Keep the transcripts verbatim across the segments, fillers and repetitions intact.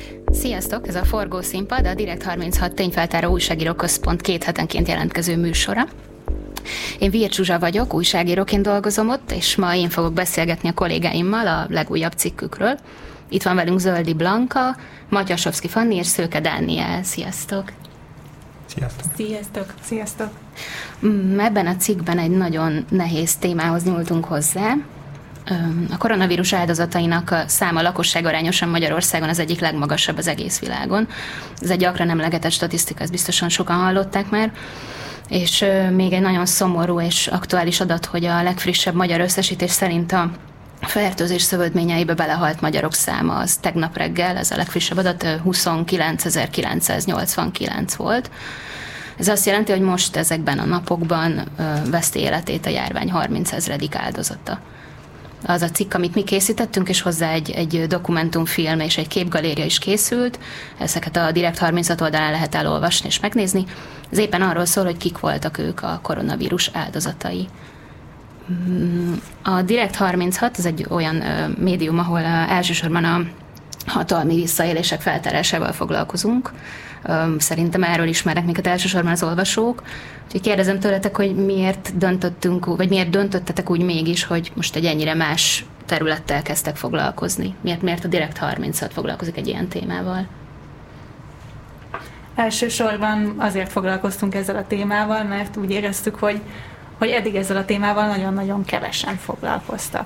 Sziasztok! Ez a Forgó Színpad, a Direkt harminchat tényfeltáró újságíró központ két hetenként jelentkező műsora. Én Vircs Zsuzsa vagyok, újságíróként dolgozom ott, és ma én fogok beszélgetni a kollégáimmal a legújabb cikkükről. Itt van velünk Zöldi Blanka, Matyasovszki Fanni és Szőke Dániel. Sziasztok! Sziasztok! Sziasztok! Sziasztok! Ebben a cikkben egy nagyon nehéz témához nyúltunk hozzá. A koronavírus áldozatainak a száma lakosságarányosan Magyarországon az egyik legmagasabb az egész világon. Ez egy gyakran emlegetett statisztika, ezt biztosan sokan hallották már. És még egy nagyon szomorú és aktuális adat, hogy a legfrissebb magyar összesítés szerint a fertőzés szövődményeibe belehalt magyarok száma az tegnap reggel, ez a legfrissebb adat, huszonkilencezer-kilencszáznyolcvankilenc volt. Ez azt jelenti, hogy most ezekben a napokban veszti életét a járvány harmincezredik áldozata. Az a cikk, amit mi készítettünk, és hozzá egy, egy dokumentumfilm és egy képgaléria is készült. Ezeket a Direkt harminchat oldalán lehet elolvasni és megnézni. Ez éppen arról szól, hogy kik voltak ők a koronavírus áldozatai. A Direkt harminchat az egy olyan médium, ahol elsősorban a hatalmi visszaélések feltárásával foglalkozunk. Szerintem erről ismernek minket elsősorban az olvasók. Úgyhogy kérdezem tőletek, hogy miért döntöttünk, vagy miért döntöttetek úgy mégis, hogy most egy ennyire más területtel kezdtek foglalkozni? Miért, miért a Direkt harminchat foglalkozik egy ilyen témával? Elsősorban azért foglalkoztunk ezzel a témával, mert úgy éreztük, hogy, hogy eddig ezzel a témával nagyon-nagyon kevesen foglalkoztak.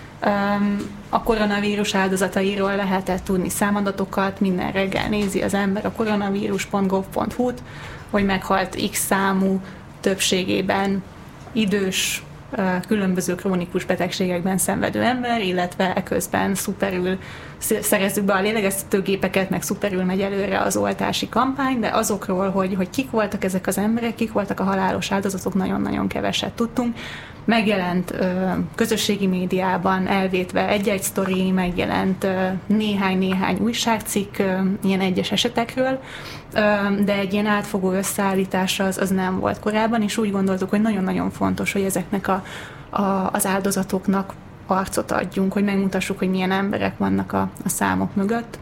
A koronavírus áldozatairól lehetett tudni számadatokat, minden reggel nézi az ember a koronavírus pont gov pont hu-t, hogy meghalt X számú, többségében idős, különböző krónikus betegségekben szenvedő ember, illetve eközben szuperül szerezzük be a lélegeztetőgépeket, meg szuperül megy előre az oltási kampány, de azokról, hogy, hogy kik voltak ezek az emberek, kik voltak a halálos áldozatok, nagyon-nagyon keveset tudtunk. Megjelent ö, közösségi médiában elvétve egy-egy sztori, megjelent ö, néhány-néhány újságcikk ö, ilyen egyes esetekről, ö, de egy ilyen átfogó összeállítása az, az nem volt korábban, és úgy gondoltuk, hogy nagyon-nagyon fontos, hogy ezeknek a, a, az áldozatoknak arcot adjunk, hogy megmutassuk, hogy milyen emberek vannak a, a számok mögött.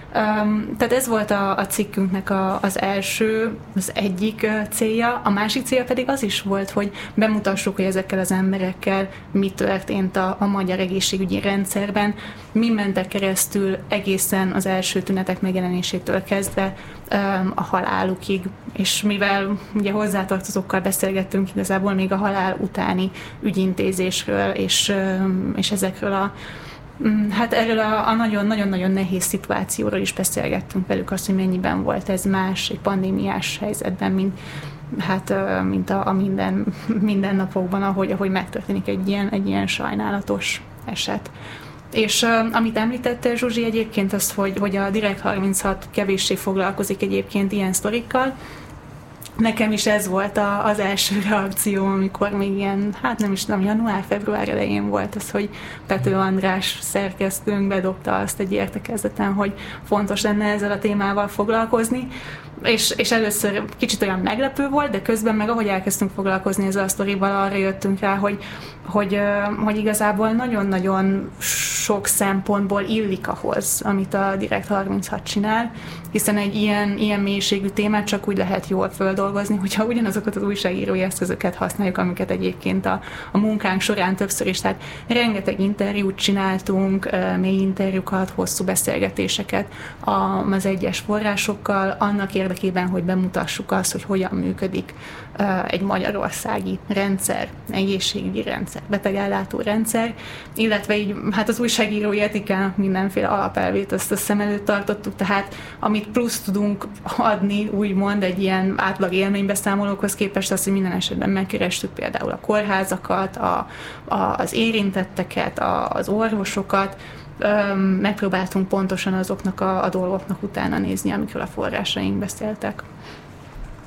Um, tehát ez volt a, a cikkünknek a, az első, az egyik uh, célja, a másik célja pedig az is volt, hogy bemutassuk, hogy ezekkel az emberekkel mi történt a, a magyar egészségügyi rendszerben, mi mentek keresztül egészen az első tünetek megjelenésétől kezdve um, a halálukig, és mivel ugye hozzátartozókkal beszélgettünk igazából még a halál utáni ügyintézésről, és, um, és ezekről a Hát erről a, a nagyon-nagyon nehéz szituációról is beszélgettünk velük, azt, hogy mennyiben volt ez más egy pandémiás helyzetben, mint, hát, mint a, a minden, mindennapokban, ahogy, ahogy megtörténik egy ilyen, egy ilyen sajnálatos eset. És uh, amit említette Zsuzsi egyébként, az, hogy, hogy a Direkt harminchat kevéssé foglalkozik egyébként ilyen sztorikkal. Nekem is ez volt a, az első reakció, amikor még ilyen, hát nem is tudom, január-február elején volt az, hogy Pető András szerkesztőnk bedobta azt egy értekezleten, hogy fontos lenne ezzel a témával foglalkozni, és, és először kicsit olyan meglepő volt, de közben meg ahogy elkezdtünk foglalkozni ezzel a sztorival, arra jöttünk rá, hogy, hogy, hogy igazából nagyon-nagyon sok szempontból illik ahhoz, amit a Direkt harminchat csinál, hiszen egy ilyen, ilyen mélységű témát csak úgy lehet jól földolgozni, hogyha ugyanazokat az újságírói eszközöket használjuk, amiket egyébként a, a munkánk során többször is, tehát rengeteg interjút csináltunk, mély interjúkat, hosszú beszélgetéseket az egyes forrásokkal, annak érdekében, hogy bemutassuk azt, hogy hogyan működik egy magyarországi rendszer, egészségügyi rendszer, betegellátó rendszer, illetve így hát az újságírói etikának mindenféle alapelvét azt a szem előtt tartottuk, tehát amit plusz tudunk adni, úgymond egy ilyen átlag élménybeszámolókhoz képest az, hogy minden esetben megkerestük például a kórházakat, a, a, az érintetteket, a, az orvosokat, öm, megpróbáltunk pontosan azoknak a, a dolgoknak utána nézni, amikről a forrásaink beszéltek.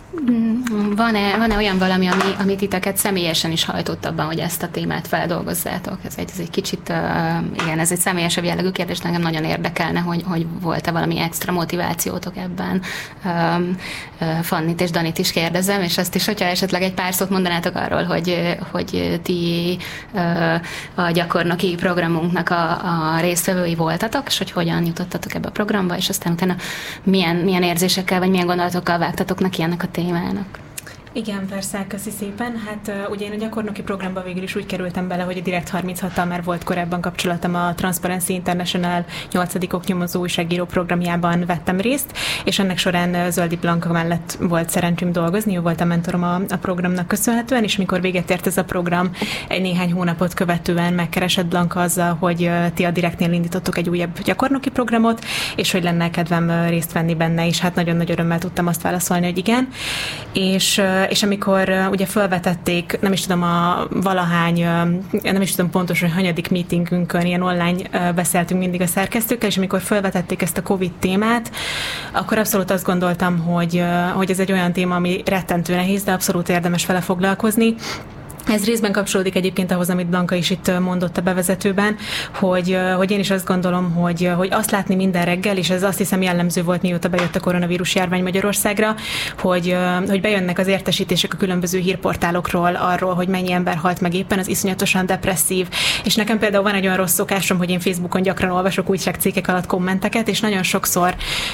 Van-e, van-e olyan valami, ami, ami titeket személyesen is hajtott abban, hogy ezt a témát feldolgozzátok? Ez egy, ez egy kicsit, uh, igen, ez egy személyesebb jellegű kérdés, engem nagyon érdekelne, hogy, hogy volt-e valami extra motivációtok ebben. Um, uh, Fannit és Danit is kérdezem, és azt is, hogyha esetleg egy pár szót mondanátok arról, hogy, hogy ti uh, a gyakornoki programunknak a, a résztvevői voltatok, és hogy hogyan jutottatok ebbe a programba, és aztán utána milyen, milyen érzésekkel, vagy milyen gondolatokkal vágtatok neki ennek a témának. Igen, persze, köszi szépen. Hát uh, ugye én a gyakornoki programba végül is úgy kerültem bele, hogy a Direkt harminchattal már volt korábban kapcsolatom, a Transparency International nyolcadik oknyomozó újságíró programjában vettem részt, és ennek során uh, Zöldi Blanka mellett volt szerencsém dolgozni, ő volt a mentorom a, a programnak köszönhetően, és mikor véget ért ez a program, egy néhány hónapot követően megkeresett Blanka azzal, hogy uh, ti a Direktnél indítottuk egy újabb gyakornoki programot, és hogy lenne kedvem uh, részt venni benne, és hát nagyon nagy örömmel tudtam azt válaszolni, hogy igen. És uh, és amikor uh, ugye felvetették, nem is tudom, a valahány, uh, nem is tudom pontosan, hogy hanyadik meetingünkön, ilyen online uh, beszéltünk mindig a szerkesztőkkel, és amikor felvetették ezt a Covid témát, akkor abszolút azt gondoltam, hogy, uh, hogy ez egy olyan téma, ami rettentő nehéz, de abszolút érdemes vele foglalkozni. Ez részben kapcsolódik egyébként ahhoz, amit Blanka is itt mondott a bevezetőben, hogy, hogy én is azt gondolom, hogy, hogy azt látni minden reggel, és ez azt hiszem jellemző volt, mióta bejött a koronavírus járvány Magyarországra, hogy, hogy bejönnek az értesítések a különböző hírportálokról arról, hogy mennyi ember halt meg éppen, az iszonyatosan depresszív. És nekem például van egy olyan rossz szokásom, hogy én Facebookon gyakran olvasok újságcikkek alatt kommenteket, és nagyon sokszor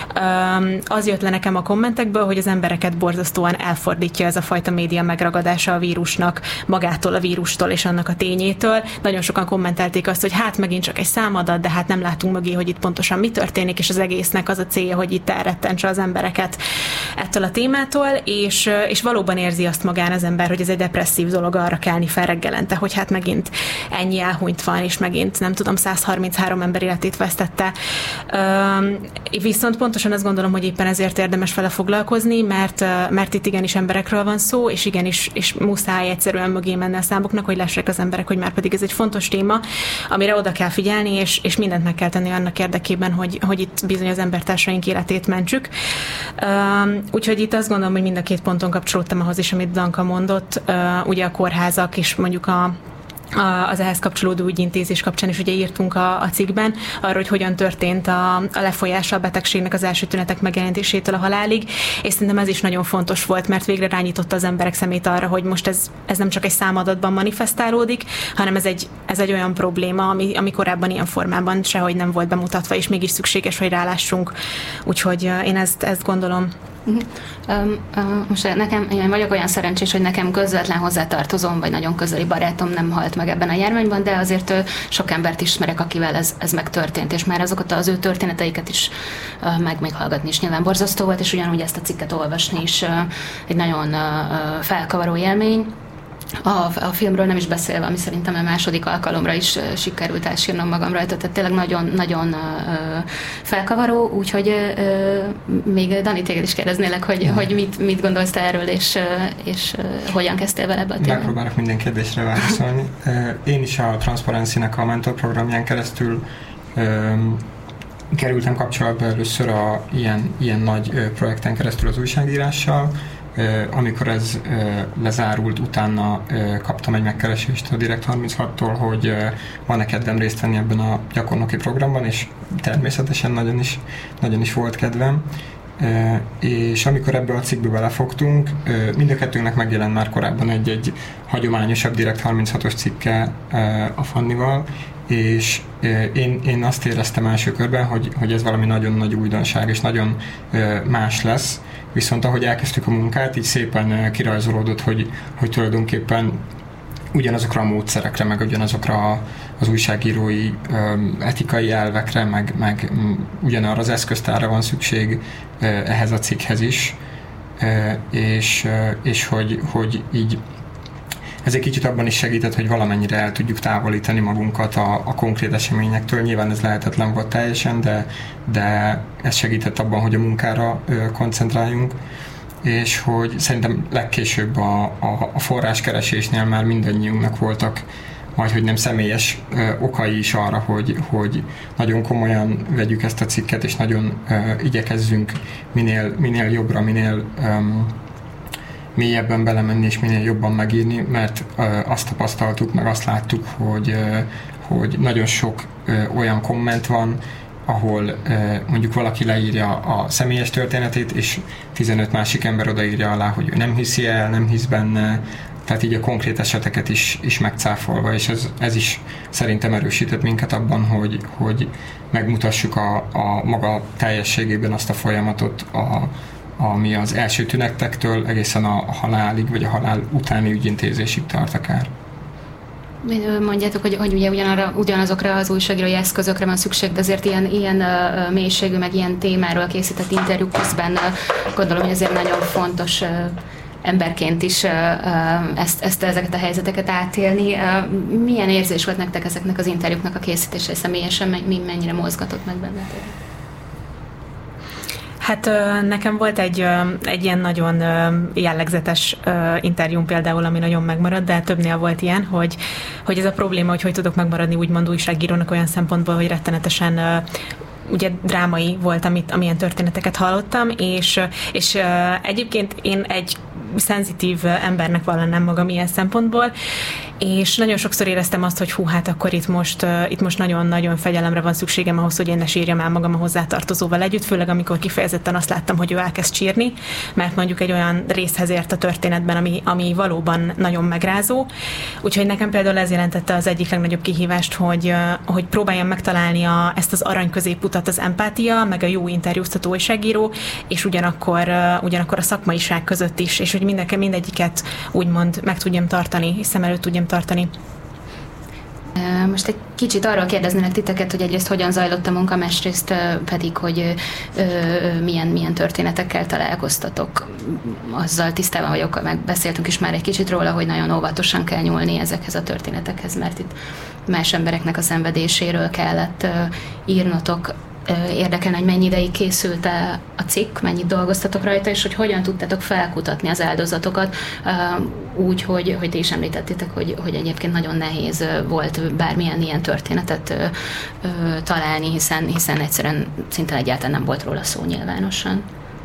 az jött le nekem a kommentekből, hogy az embereket borzasztóan elfordítja ez a fajta média megragadása a vírusnak, magától a vírustól és annak a tényétől. Nagyon sokan kommentelték azt, hogy hát megint csak egy számadat, de hát nem látunk mögé, hogy itt pontosan mi történik, és az egésznek az a célja, hogy itt elrettentse az embereket ettől a témától, és, és valóban érzi azt magán az ember, hogy ez egy depresszív dolog arra kelni fel reggelente, hogy hát megint ennyi elhunyt van, és megint nem tudom, száz harminchárom ember életét vesztette. Üm, viszont pontosan azt gondolom, hogy éppen ezért érdemes vele foglalkozni, mert, mert itt igenis emberekről van szó, és igenis és muszáj egyszerűen mögé menni a számoknak, hogy lássák az emberek, hogy már pedig ez egy fontos téma, amire oda kell figyelni, és, és mindent meg kell tenni annak érdekében, hogy, hogy itt bizony az embertársaink életét mentsük. Uh, úgyhogy itt azt gondolom, hogy mind a két ponton kapcsolódtam ahhoz is, amit Blanka mondott, uh, ugye a kórházak és mondjuk a az ehhez kapcsolódó ügyintézés kapcsán is ugye írtunk a, a cikkben arról, hogy hogyan történt a, a lefolyása a betegségnek az első tünetek megjelenítésétől a halálig, és szerintem ez is nagyon fontos volt, mert végre rányította az emberek szemét arra, hogy most ez, ez nem csak egy számadatban manifestálódik, hanem ez egy, ez egy olyan probléma, ami, ami korábban ilyen formában sehogy nem volt bemutatva, és mégis szükséges, hogy rálássunk. Úgyhogy én ezt, ezt gondolom. Uh-huh. Um, uh, most nekem, én vagyok olyan szerencsés, hogy nekem közvetlen hozzátartozom, vagy nagyon közeli barátom nem halt meg ebben a járványban, de azért uh, sok embert ismerek, akivel ez, ez megtörtént, és már azokat az ő történeteiket is uh, meg még hallgatni is nyilván borzasztó volt, és ugyanúgy ezt a cikket olvasni is uh, egy nagyon uh, felkavaró élmény. A, a filmről nem is beszélve, ami szerintem a második alkalomra is uh, sikerült elsírnom magam rajta, tehát tényleg nagyon-nagyon uh, felkavaró, úgyhogy uh, még Dani, téged is kérdeznélek, hogy, hogy mit, mit gondolsz te erről, és, uh, és uh, hogyan kezdtél vele ebbe a témát? Megpróbálok minden kérdésre válaszolni. Uh, én is a Transparency-nek a mentor programján keresztül um, kerültem kapcsolatba először a ilyen, ilyen nagy uh, projekten keresztül az újságírással. Uh, amikor ez uh, lezárult, utána uh, kaptam egy megkeresést a Direkt harminchattól, hogy uh, van-e kedvem részt venni ebben a gyakornoki programban, és természetesen nagyon is, nagyon is volt kedvem. Uh, és amikor ebből a cikkbe belefogtunk, uh, mind a kettőnknek megjelent már korábban egy-egy hagyományosabb Direkt harminchatos cikke uh, a Fannival, és uh, én, én azt éreztem első körben, hogy, hogy ez valami nagyon nagy újdonság, és nagyon uh, más lesz. Viszont ahogy elkezdtük a munkát, így szépen kirajzolódott, hogy, hogy tulajdonképpen ugyanazokra a módszerekre, meg ugyanazokra az újságírói um, etikai elvekre, meg, meg um, ugyanarra az eszköztárra van szükség uh, ehhez a cikkhez is, uh, és, uh, és hogy, hogy így ez egy kicsit abban is segített, hogy valamennyire el tudjuk távolítani magunkat a, a konkrét eseményektől. Nyilván ez lehetetlen volt teljesen, de, de ez segített abban, hogy a munkára ö, koncentráljunk, és hogy szerintem legkésőbb a, a, a forráskeresésnél már mindannyiunknak voltak majd, hogy nem személyes ö, okai is arra, hogy, hogy nagyon komolyan vegyük ezt a cikket, és nagyon ö, igyekezzünk minél, minél jobbra, minél ö, mélyebben belemenni és minél jobban megírni, mert azt tapasztaltuk, meg azt láttuk, hogy, hogy nagyon sok olyan komment van, ahol mondjuk valaki leírja a személyes történetét, és tizenöt másik ember odaírja alá, hogy ő nem hiszi el, nem hisz benne, tehát így a konkrét eseteket is, is megcáfolva, és ez, ez is szerintem erősített minket abban, hogy, hogy megmutassuk a, a maga teljességében azt a folyamatot, a, ami az első tünetektől egészen a halálig, vagy a halál utáni ügyintézésig tart akár. Mondjátok, hogy, hogy ugye ugyanarra, ugyanazokra az újságírói eszközökre van szükség, de azért ilyen, ilyen uh, mélységű, meg ilyen témáról készített interjúk közben uh, gondolom, hogy azért nagyon fontos uh, emberként is uh, uh, ezt, ezt, ezeket a helyzeteket átélni. Uh, milyen érzés volt nektek ezeknek az interjúknak a készítése személyesen, mennyire mozgatott meg bennetek? Hát nekem volt egy, egy ilyen nagyon jellegzetes interjúm például, ami nagyon megmaradt, de többnél volt ilyen, hogy, hogy ez a probléma, hogy hogy tudok megmaradni úgymond újságírónak olyan szempontból, hogy rettenetesen ugye drámai volt, amit, amilyen történeteket hallottam, és, és egyébként én egy szenzitív embernek vallanám magam ilyen szempontból, és nagyon sokszor éreztem azt, hogy hú, hát akkor itt most, uh, itt most nagyon-nagyon fegyelemre van szükségem ahhoz, hogy én ne sírjam el magam a hozzátartozóval együtt, főleg amikor kifejezetten azt láttam, hogy ő elkezd sírni, mert mondjuk egy olyan részhez ért a történetben, ami, ami valóban nagyon megrázó. Úgyhogy nekem például ez jelentette az egyik legnagyobb kihívást, hogy, uh, hogy próbáljam megtalálni a, ezt az arany középutat, az empátia, meg a jó interjúztató újságíró, és ugyanakkor, uh, ugyanakkor a szakmaiság között is, és hogy mindenki, mindegyiket úgymond meg tudjam tartani, és szem előtt tudjam tartani. Most egy kicsit arról kérdeznélek titeket, hogy egyrészt hogyan zajlott a munka, másrészt pedig, hogy milyen, milyen történetekkel találkoztatok. Azzal tisztában vagyok, meg beszéltünk is már egy kicsit róla, hogy nagyon óvatosan kell nyúlni ezekhez a történetekhez, mert itt más embereknek a szenvedéséről kellett írnotok. Érdekelne, hogy mennyi ideig készült a cikk, mennyit dolgoztatok rajta, és hogy hogyan tudtátok felkutatni az áldozatokat, úgy, hogy, hogy ti is említettétek, hogy, hogy egyébként nagyon nehéz volt bármilyen ilyen történetet találni, hiszen, hiszen egyszerűen szinte egyáltalán nem volt róla szó nyilvánosan.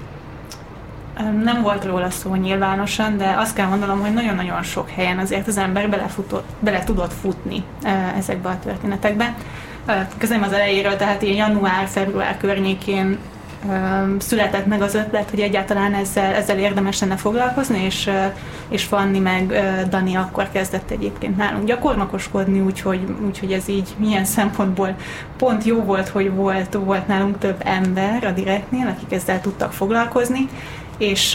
Nem volt róla szó nyilvánosan, de azt kell mondanom, hogy nagyon-nagyon sok helyen azért az ember belefutott, bele tudott futni ezekbe a történetekbe. Kezdem az elejéről, tehát ilyen január-február környékén született meg az ötlet, hogy egyáltalán ezzel, ezzel érdemes lenne foglalkozni, és, és Fanni meg Dani akkor kezdett egyébként nálunk gyakornokoskodni, úgyhogy, úgyhogy ez így milyen szempontból pont jó volt, hogy volt, volt nálunk több ember a Direktnél, akik ezzel tudtak foglalkozni, és,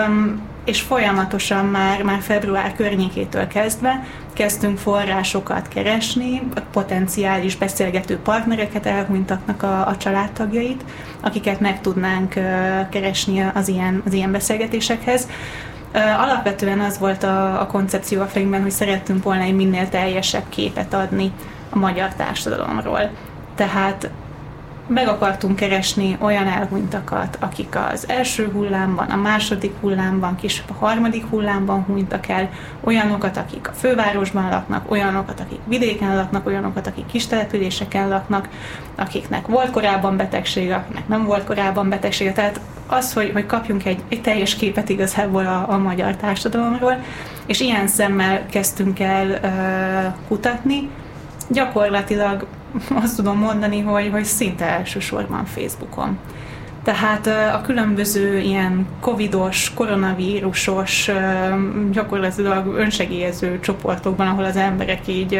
és folyamatosan már, már február környékétől kezdve kezdtünk forrásokat keresni, potenciális beszélgető partnereket, elhunytaknak a, a családtagjait, akiket meg tudnánk keresni az ilyen, az ilyen beszélgetésekhez. Alapvetően az volt a, a koncepció a fejünkben, hogy szerettünk volna egy minél teljesebb képet adni a magyar társadalomról. Tehát meg akartunk keresni olyan elhunytakat, akik az első hullámban, a második hullámban, később a harmadik hullámban hunytak el, olyanokat, akik a fővárosban laknak, olyanokat, akik vidéken laknak, olyanokat, akik kis településeken laknak, akiknek volt korábban betegsége, akiknek nem volt korábban betegsége. Tehát az, hogy, hogy kapjunk egy, egy teljes képet igazából a, a magyar társadalomról, és ilyen szemmel kezdtünk el uh, kutatni. Gyakorlatilag azt tudom mondani, hogy, hogy szinte elsősorban Facebookon. Tehát a különböző ilyen covidos, koronavírusos, gyakorlatilag önsegélyező csoportokban, ahol az emberek így,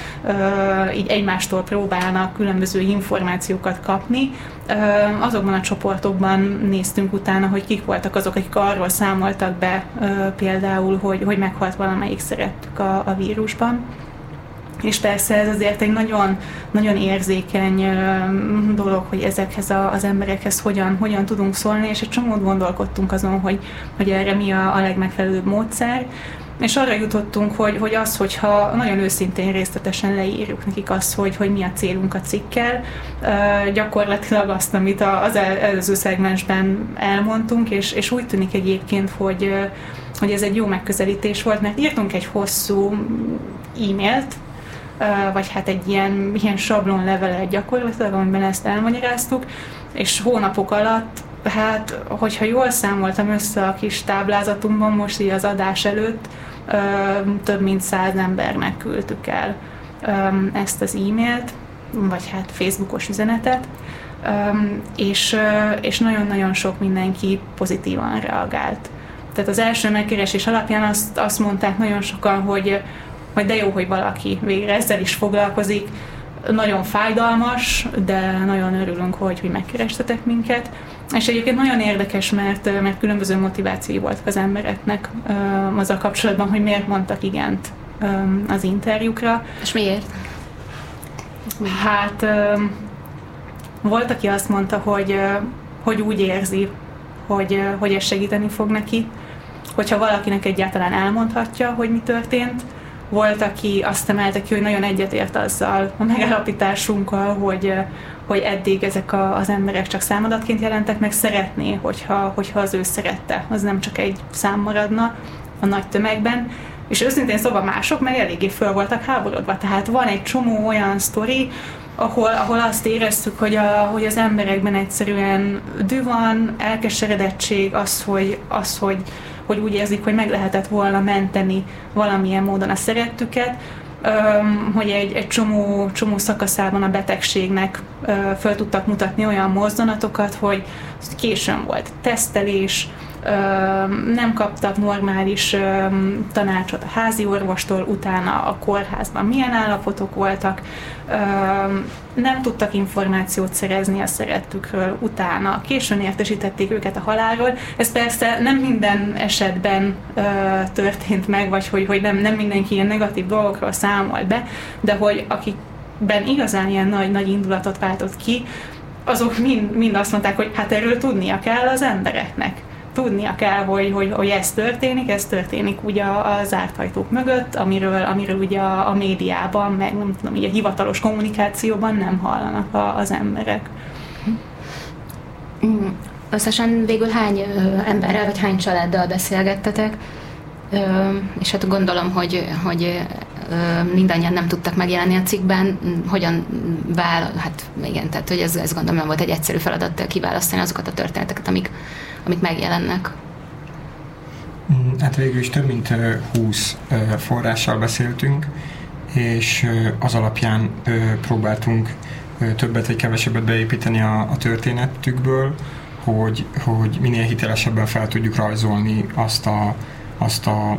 így egymástól próbálnak különböző információkat kapni, azokban a csoportokban néztünk utána, hogy kik voltak azok, akik arról számoltak be például, hogy, hogy meghalt valamelyik szerettük a, a vírusban. És persze ez azért egy nagyon, nagyon érzékeny dolog, hogy ezekhez a, az emberekhez hogyan, hogyan tudunk szólni, és egy csomót gondolkodtunk azon, hogy, hogy erre mi a, a legmegfelelőbb módszer. És arra jutottunk, hogy, hogy az, hogyha nagyon őszintén részletesen leírjuk nekik azt, hogy, hogy mi a célunk a cikkkel, gyakorlatilag azt, amit az előző szegmensben elmondtunk, és, és úgy tűnik egyébként, hogy, hogy ez egy jó megközelítés volt, mert írtunk egy hosszú e-mailt, vagy hát egy ilyen, ilyen sablonlevelet gyakorlatilag, amiben ezt elmagyaráztuk, és hónapok alatt hát, hogyha jól számoltam össze a kis táblázatunkban, most így az adás előtt, több mint száz embernek küldtük el ezt az e-mailt, vagy hát Facebookos üzenetet, és, és nagyon-nagyon sok mindenki pozitívan reagált. Tehát az első megkeresés alapján azt, azt mondták nagyon sokan, hogy, hogy de jó, hogy valaki végre ezzel is foglalkozik. Nagyon fájdalmas, de nagyon örülünk, hogy, hogy megkerestetek minket. És egyébként nagyon érdekes, mert, mert különböző motivációi voltak az embereknek azzal kapcsolatban, hogy miért mondtak igent az interjúkra. És miért? Hát volt, aki azt mondta, hogy, hogy úgy érzi, hogy, hogy ez segíteni fog neki, hogyha valakinek egyáltalán elmondhatja, hogy mi történt. Volt, aki azt emelte ki, hogy nagyon egyetért azzal a megállapításunkkal, hogy, hogy eddig ezek a, az emberek csak számadatként jelentek, meg szeretné, hogyha, hogyha az ő szerette, az nem csak egy szám maradna a nagy tömegben. És őszintén szóval mások meg eléggé föl voltak háborodva. Tehát van egy csomó olyan sztori, ahol, ahol azt éreztük, hogy, a, hogy az emberekben egyszerűen dű van, elkeseredettség, az, hogy, az hogy, hogy úgy érzik, hogy meg lehetett volna menteni valamilyen módon a szerettüket, hogy egy, egy csomó, csomó szakaszában a betegségnek föl tudtak mutatni olyan mozdulatokat, hogy későn volt tesztelés, nem kaptak normális tanácsot a házi orvostól, utána a kórházban milyen állapotok voltak, nem tudtak információt szerezni a szerettükről, utána későn értesítették őket a halálról. Ez persze nem minden esetben történt meg, vagy hogy, hogy nem, nem mindenki ilyen negatív dolgokról számolt be, de hogy akikben igazán ilyen nagy, nagy indulatot váltott ki, azok mind, mind azt mondták, hogy hát erről tudnia kell az embereknek. Tudnia kell, hogy, hogy, hogy ez történik, ez történik ugye a, a zárt ajtók mögött, amiről, amiről ugye a, a médiában, meg nem tudom, így a hivatalos kommunikációban nem hallanak a, az emberek. Összesen végül hány ö, emberrel, vagy hány családdal beszélgettetek? Ö, és hát gondolom, hogy, hogy ö, mindannyian nem tudtak megjelenni a cikkben. Hogyan vál, hát igen, tehát hogy ez, ez gondolom nem volt egy egyszerű feladat kiválasztani azokat a történeteket, amik amik megjelennek. Hát végül is több mint húsz forrással beszéltünk, és az alapján próbáltunk többet vagy kevesebbet beépíteni a, a történetükből, hogy, hogy minél hitelesebben fel tudjuk rajzolni azt a, azt a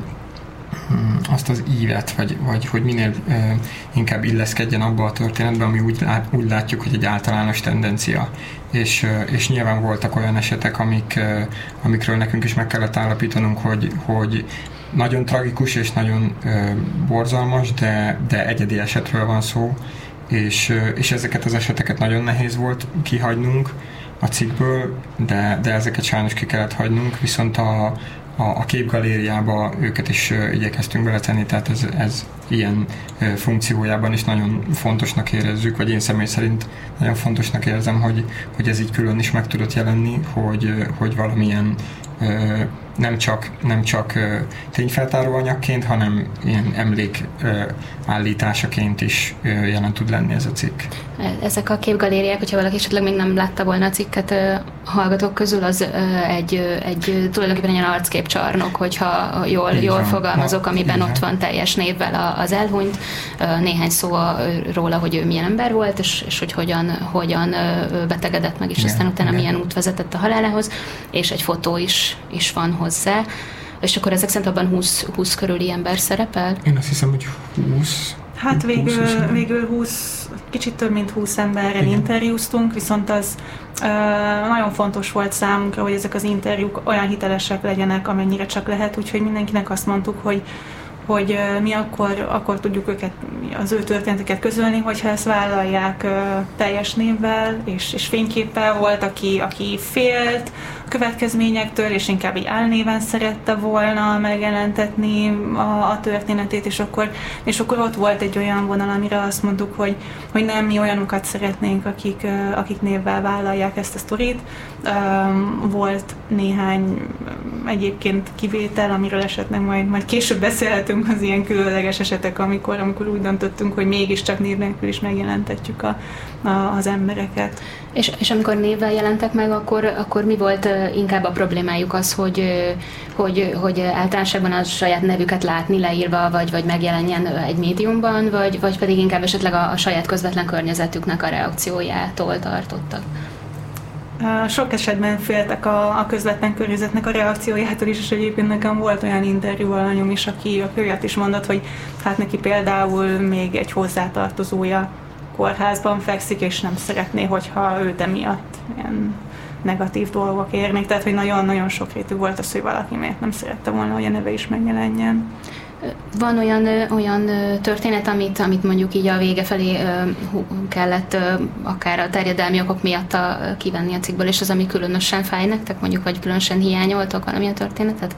azt az ívet, vagy, vagy hogy minél uh, inkább illeszkedjen abba a történetbe, ami úgy, lát, úgy látjuk, hogy egy általános tendencia. És, uh, és nyilván voltak olyan esetek, amik, uh, amikről nekünk is meg kellett állapítanunk, hogy, hogy nagyon tragikus és nagyon uh, borzalmas, de, de egyedi esetről van szó, és, uh, és ezeket az eseteket nagyon nehéz volt kihagynunk a cikkből, de, de ezeket sajnos ki kellett hagynunk, viszont a A, a képgalériába őket is uh, igyekeztünk beletenni, tehát ez, ez ilyen uh, funkciójában is nagyon fontosnak érezzük, vagy én személy szerint nagyon fontosnak érzem, hogy, hogy ez így külön is meg tudott jelenni, hogy, uh, hogy valamilyen uh, nem csak, nem csak uh, tényfeltáró anyagként, hanem ilyen emlék uh, állításaként is uh, jelen tud lenni ez a cikk. Ezek a képgalériák, hogyha valaki esetleg még nem látta volna a cikket uh, hallgatók közül, az uh, egy, egy tulajdonképpen egy arcképcsarnok, hogyha jól, jól fogalmazok, amiben ott van teljes névvel az elhunyt, uh, néhány szó róla, hogy ő milyen ember volt, és, és hogy hogyan, hogyan uh, betegedett meg, és igen, aztán utána igen. milyen út vezetett a halálához, és egy fotó is, is van hozzá. És akkor ezek szerint abban húsz, húsz körüli ember szerepel? Én azt hiszem, hogy húsz. Hát végül, húsz végül húsz, kicsit több mint húsz emberrel igen. interjúztunk, viszont az uh, nagyon fontos volt számunkra, hogy ezek az interjúk olyan hitelesek legyenek, amennyire csak lehet, úgyhogy mindenkinek azt mondtuk, hogy hogy mi akkor, akkor tudjuk őket, az ő történeteket közölni, hogyha ezt vállalják uh, teljes névvel és, és fényképpel. Volt, aki, aki félt a következményektől, és inkább így álnéven szerette volna megjelentetni a, a történetét, és akkor, és akkor ott volt egy olyan vonal, amire azt mondtuk, hogy, hogy nem, mi olyanokat szeretnénk, akik, uh, akik névvel vállalják ezt a sztorit. Um, volt néhány egyébként kivétel, amiről esetleg majd, majd később beszélhetünk, voltunk az ilyen különleges esetek, amikor, amikor úgy döntöttünk, hogy mégiscsak név nélkül is megjelentetjük a, a, az embereket. És, és amikor névvel jelentek meg, akkor, akkor mi volt inkább a problémájuk az, hogy, hogy, hogy általánosságban a saját nevüket látni leírva, vagy, vagy megjelenjen egy médiumban, vagy, vagy pedig inkább esetleg a, a saját közvetlen környezetüknek a reakciójától tartottak? Sok esetben féltek a, a közvetlen környezetnek a reakciójától is, és egyébként nekem volt olyan interjú alanyom is, aki a kölyet is mondott, hogy hát neki például még egy hozzátartozója kórházban fekszik, és nem szeretné, hogyha őt emiatt ilyen negatív dolgok érnék. Tehát, hogy nagyon-nagyon sokrétű volt az, hogy valaki miért nem szerette volna, hogy a neve is megjelenjen. Van olyan, olyan történet, amit, amit mondjuk így a vége felé kellett akár a terjedelmi okok miatt kivenni a cikkből, és az, ami különösen fáj nektek, mondjuk, vagy különösen hiányoltok valamilyen történetet?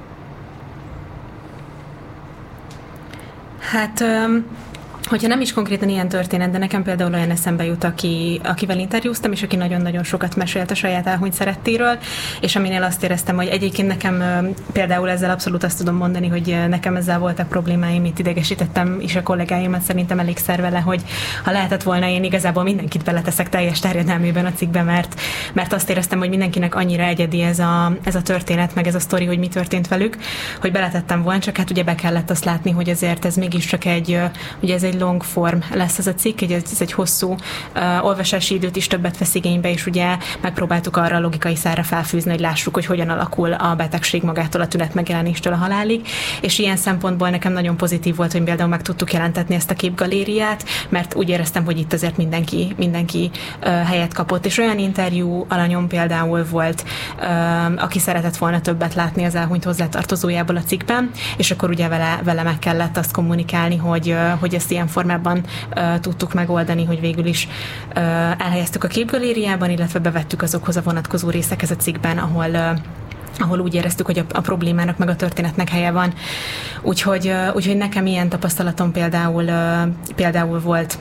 Hát... Um... Hogyha nem is konkrétan ilyen történet, de nekem például olyan eszembe jut, aki, akivel interjúztam, és aki nagyon-nagyon sokat mesélt a saját elhunyt szerettéről, és aminél azt éreztem, hogy egyébként nekem például ezzel abszolút azt tudom mondani, hogy nekem ezzel voltak problémáim, itt idegesítettem is a kollégáimat szerintem elégszer vele, hogy ha lehetett volna, én igazából mindenkit beleteszek teljes terjedelmében a cikkbe, mert, mert azt éreztem, hogy mindenkinek annyira egyedi ez a, ez a történet, meg ez a sztori, hogy mi történt velük, hogy beletettem volna, csak hát ugye be kellett azt látni, hogy azért ez mégiscsak egy, ugye ez egy long form lesz ez a cikk, ez egy hosszú uh, olvasási időt is többet vesz igénybe, és ugye megpróbáltuk arra a logikai szárra felfűzni, hogy lássuk, hogy hogyan alakul a betegség magától a tünet megjelenéstől a halálig, és ilyen szempontból nekem nagyon pozitív volt, hogy például meg tudtuk jelentetni ezt a képgalériát, mert úgy éreztem, hogy itt azért mindenki, mindenki uh, helyet kapott, és olyan interjú alanyom például volt, uh, aki szeretett volna többet látni az elhunyt hozzátartozójából a cikkben, és akkor ugye vele, vele meg kellett azt kommunikálni, hogy, uh, hogy ezt ilyen formában uh, tudtuk megoldani, hogy végül is uh, elhelyeztük a képgalériában, illetve bevettük azokhoz a vonatkozó részekhez a cikkben, ahol uh, ahol úgy éreztük, hogy a, a problémának meg a történetnek helye van. Úgyhogy, uh, úgyhogy nekem ilyen tapasztalatom például, uh, például volt.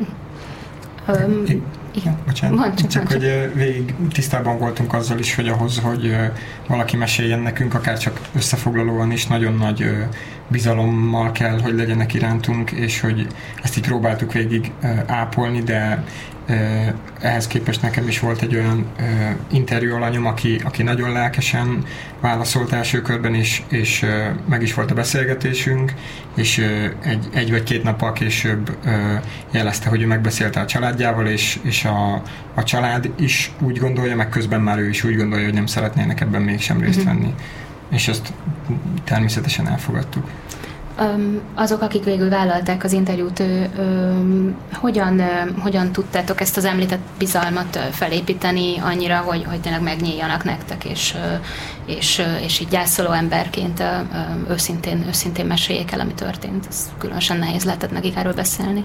Um, Én, ja, bocsánat, Van, csak, csak hogy csak. Végig tisztában voltunk azzal is, hogy ahhoz, hogy valaki meséljen nekünk, akár csak összefoglalóan is, nagyon nagy bizalommal kell, hogy legyenek irántunk, és hogy ezt így próbáltuk végig ápolni, de ehhez képest nekem is volt egy olyan interjú alanyom, aki, aki nagyon lelkesen válaszolt első körben, és, és meg is volt a beszélgetésünk, és egy, egy vagy két nappal később jelezte, hogy ő megbeszélte a családjával, és, és a, a család is úgy gondolja, meg közben már ő is úgy gondolja, hogy nem szeretnének ebben mégsem részt venni. És ezt természetesen elfogadtuk. Um, azok, akik végül vállalták az interjút, um, hogyan, um, hogyan tudtátok ezt az említett bizalmat felépíteni annyira, hogy, hogy tényleg megnyíljanak nektek, és, és, és így gyászoló emberként um, őszintén, őszintén meséljék el, ami történt. Ez különösen nehéz lehetett nekik erről beszélni.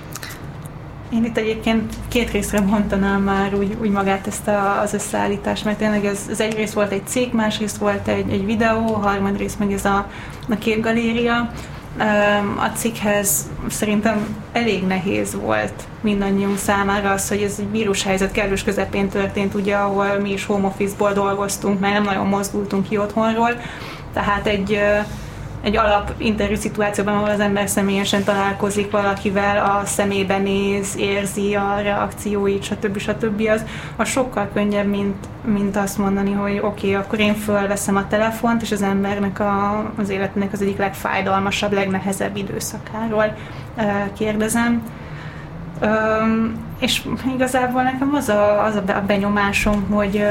Én itt egyébként két részre mondanám már úgy, úgy magát ezt a, az összeállítást, mert tényleg ez, ez egyrészt volt egy cikk, másrészt volt egy, egy videó, harmadrészt meg ez a, a képgaléria. A cikkhez szerintem elég nehéz volt mindannyiunk számára az, hogy ez egy vírushelyzet kellős közepén történt, ugye, ahol mi is home office-ból dolgoztunk, mert nem nagyon mozdultunk ki otthonról, tehát egy egy alap interjú szituációban, ahol az ember személyesen találkozik valakivel, a szemébe néz, érzi a reakcióit, stb. stb. Az, az sokkal könnyebb, mint, mint azt mondani, hogy oké, okay, akkor én fölveszem a telefont, és az embernek a, az életének az egyik legfájdalmasabb, legnehezebb időszakáról kérdezem. Üm, és igazából nekem az a, az a benyomásom, hogy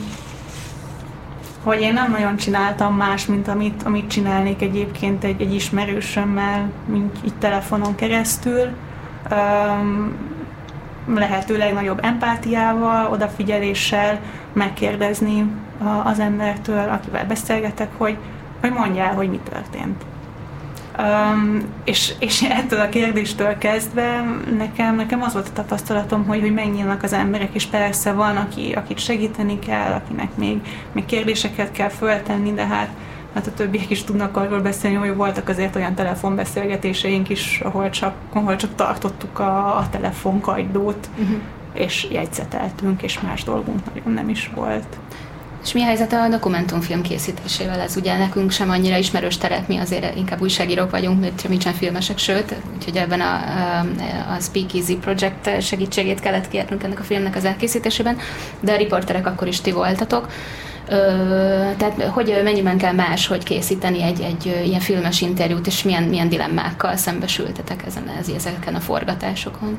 hogy én nem nagyon csináltam más, mint amit, amit csinálnék egyébként egy, egy ismerősömmel, mint így telefonon keresztül. Um, lehetőleg nagyobb empátiával, odafigyeléssel megkérdezni a, az embertől, akivel beszélgetek, hogy, hogy mondja el, hogy mi történt. Um, és, és ettől a kérdéstől kezdve nekem, nekem az volt a tapasztalatom, hogy, hogy megnyílnak az emberek, és persze van, aki, akit segíteni kell, akinek még, még kérdéseket kell föltenni, de hát, hát a többiek is tudnak arról beszélni, hogy voltak azért olyan telefonbeszélgetéseink is, ahol csak, ahol csak tartottuk a, a telefonkagylót, uh-huh. és jegyzeteltünk, és más dolgunk nagyon nem is volt. És mi a helyzet a dokumentumfilm készítésével? Ez ugye nekünk sem annyira ismerős terület, mi azért inkább újságírók vagyunk, mint nincsen filmesek, sőt, úgyhogy ebben a, a Speakeasy Project segítségét kellett kérnünk ennek a filmnek az elkészítésében, de a riporterek akkor is ti voltatok. Ö, tehát hogy mennyiben kell más, hogy készíteni egy, egy ilyen filmes interjút, és milyen, milyen dilemmákkal szembesültetek ezen, ezeken a forgatásokon?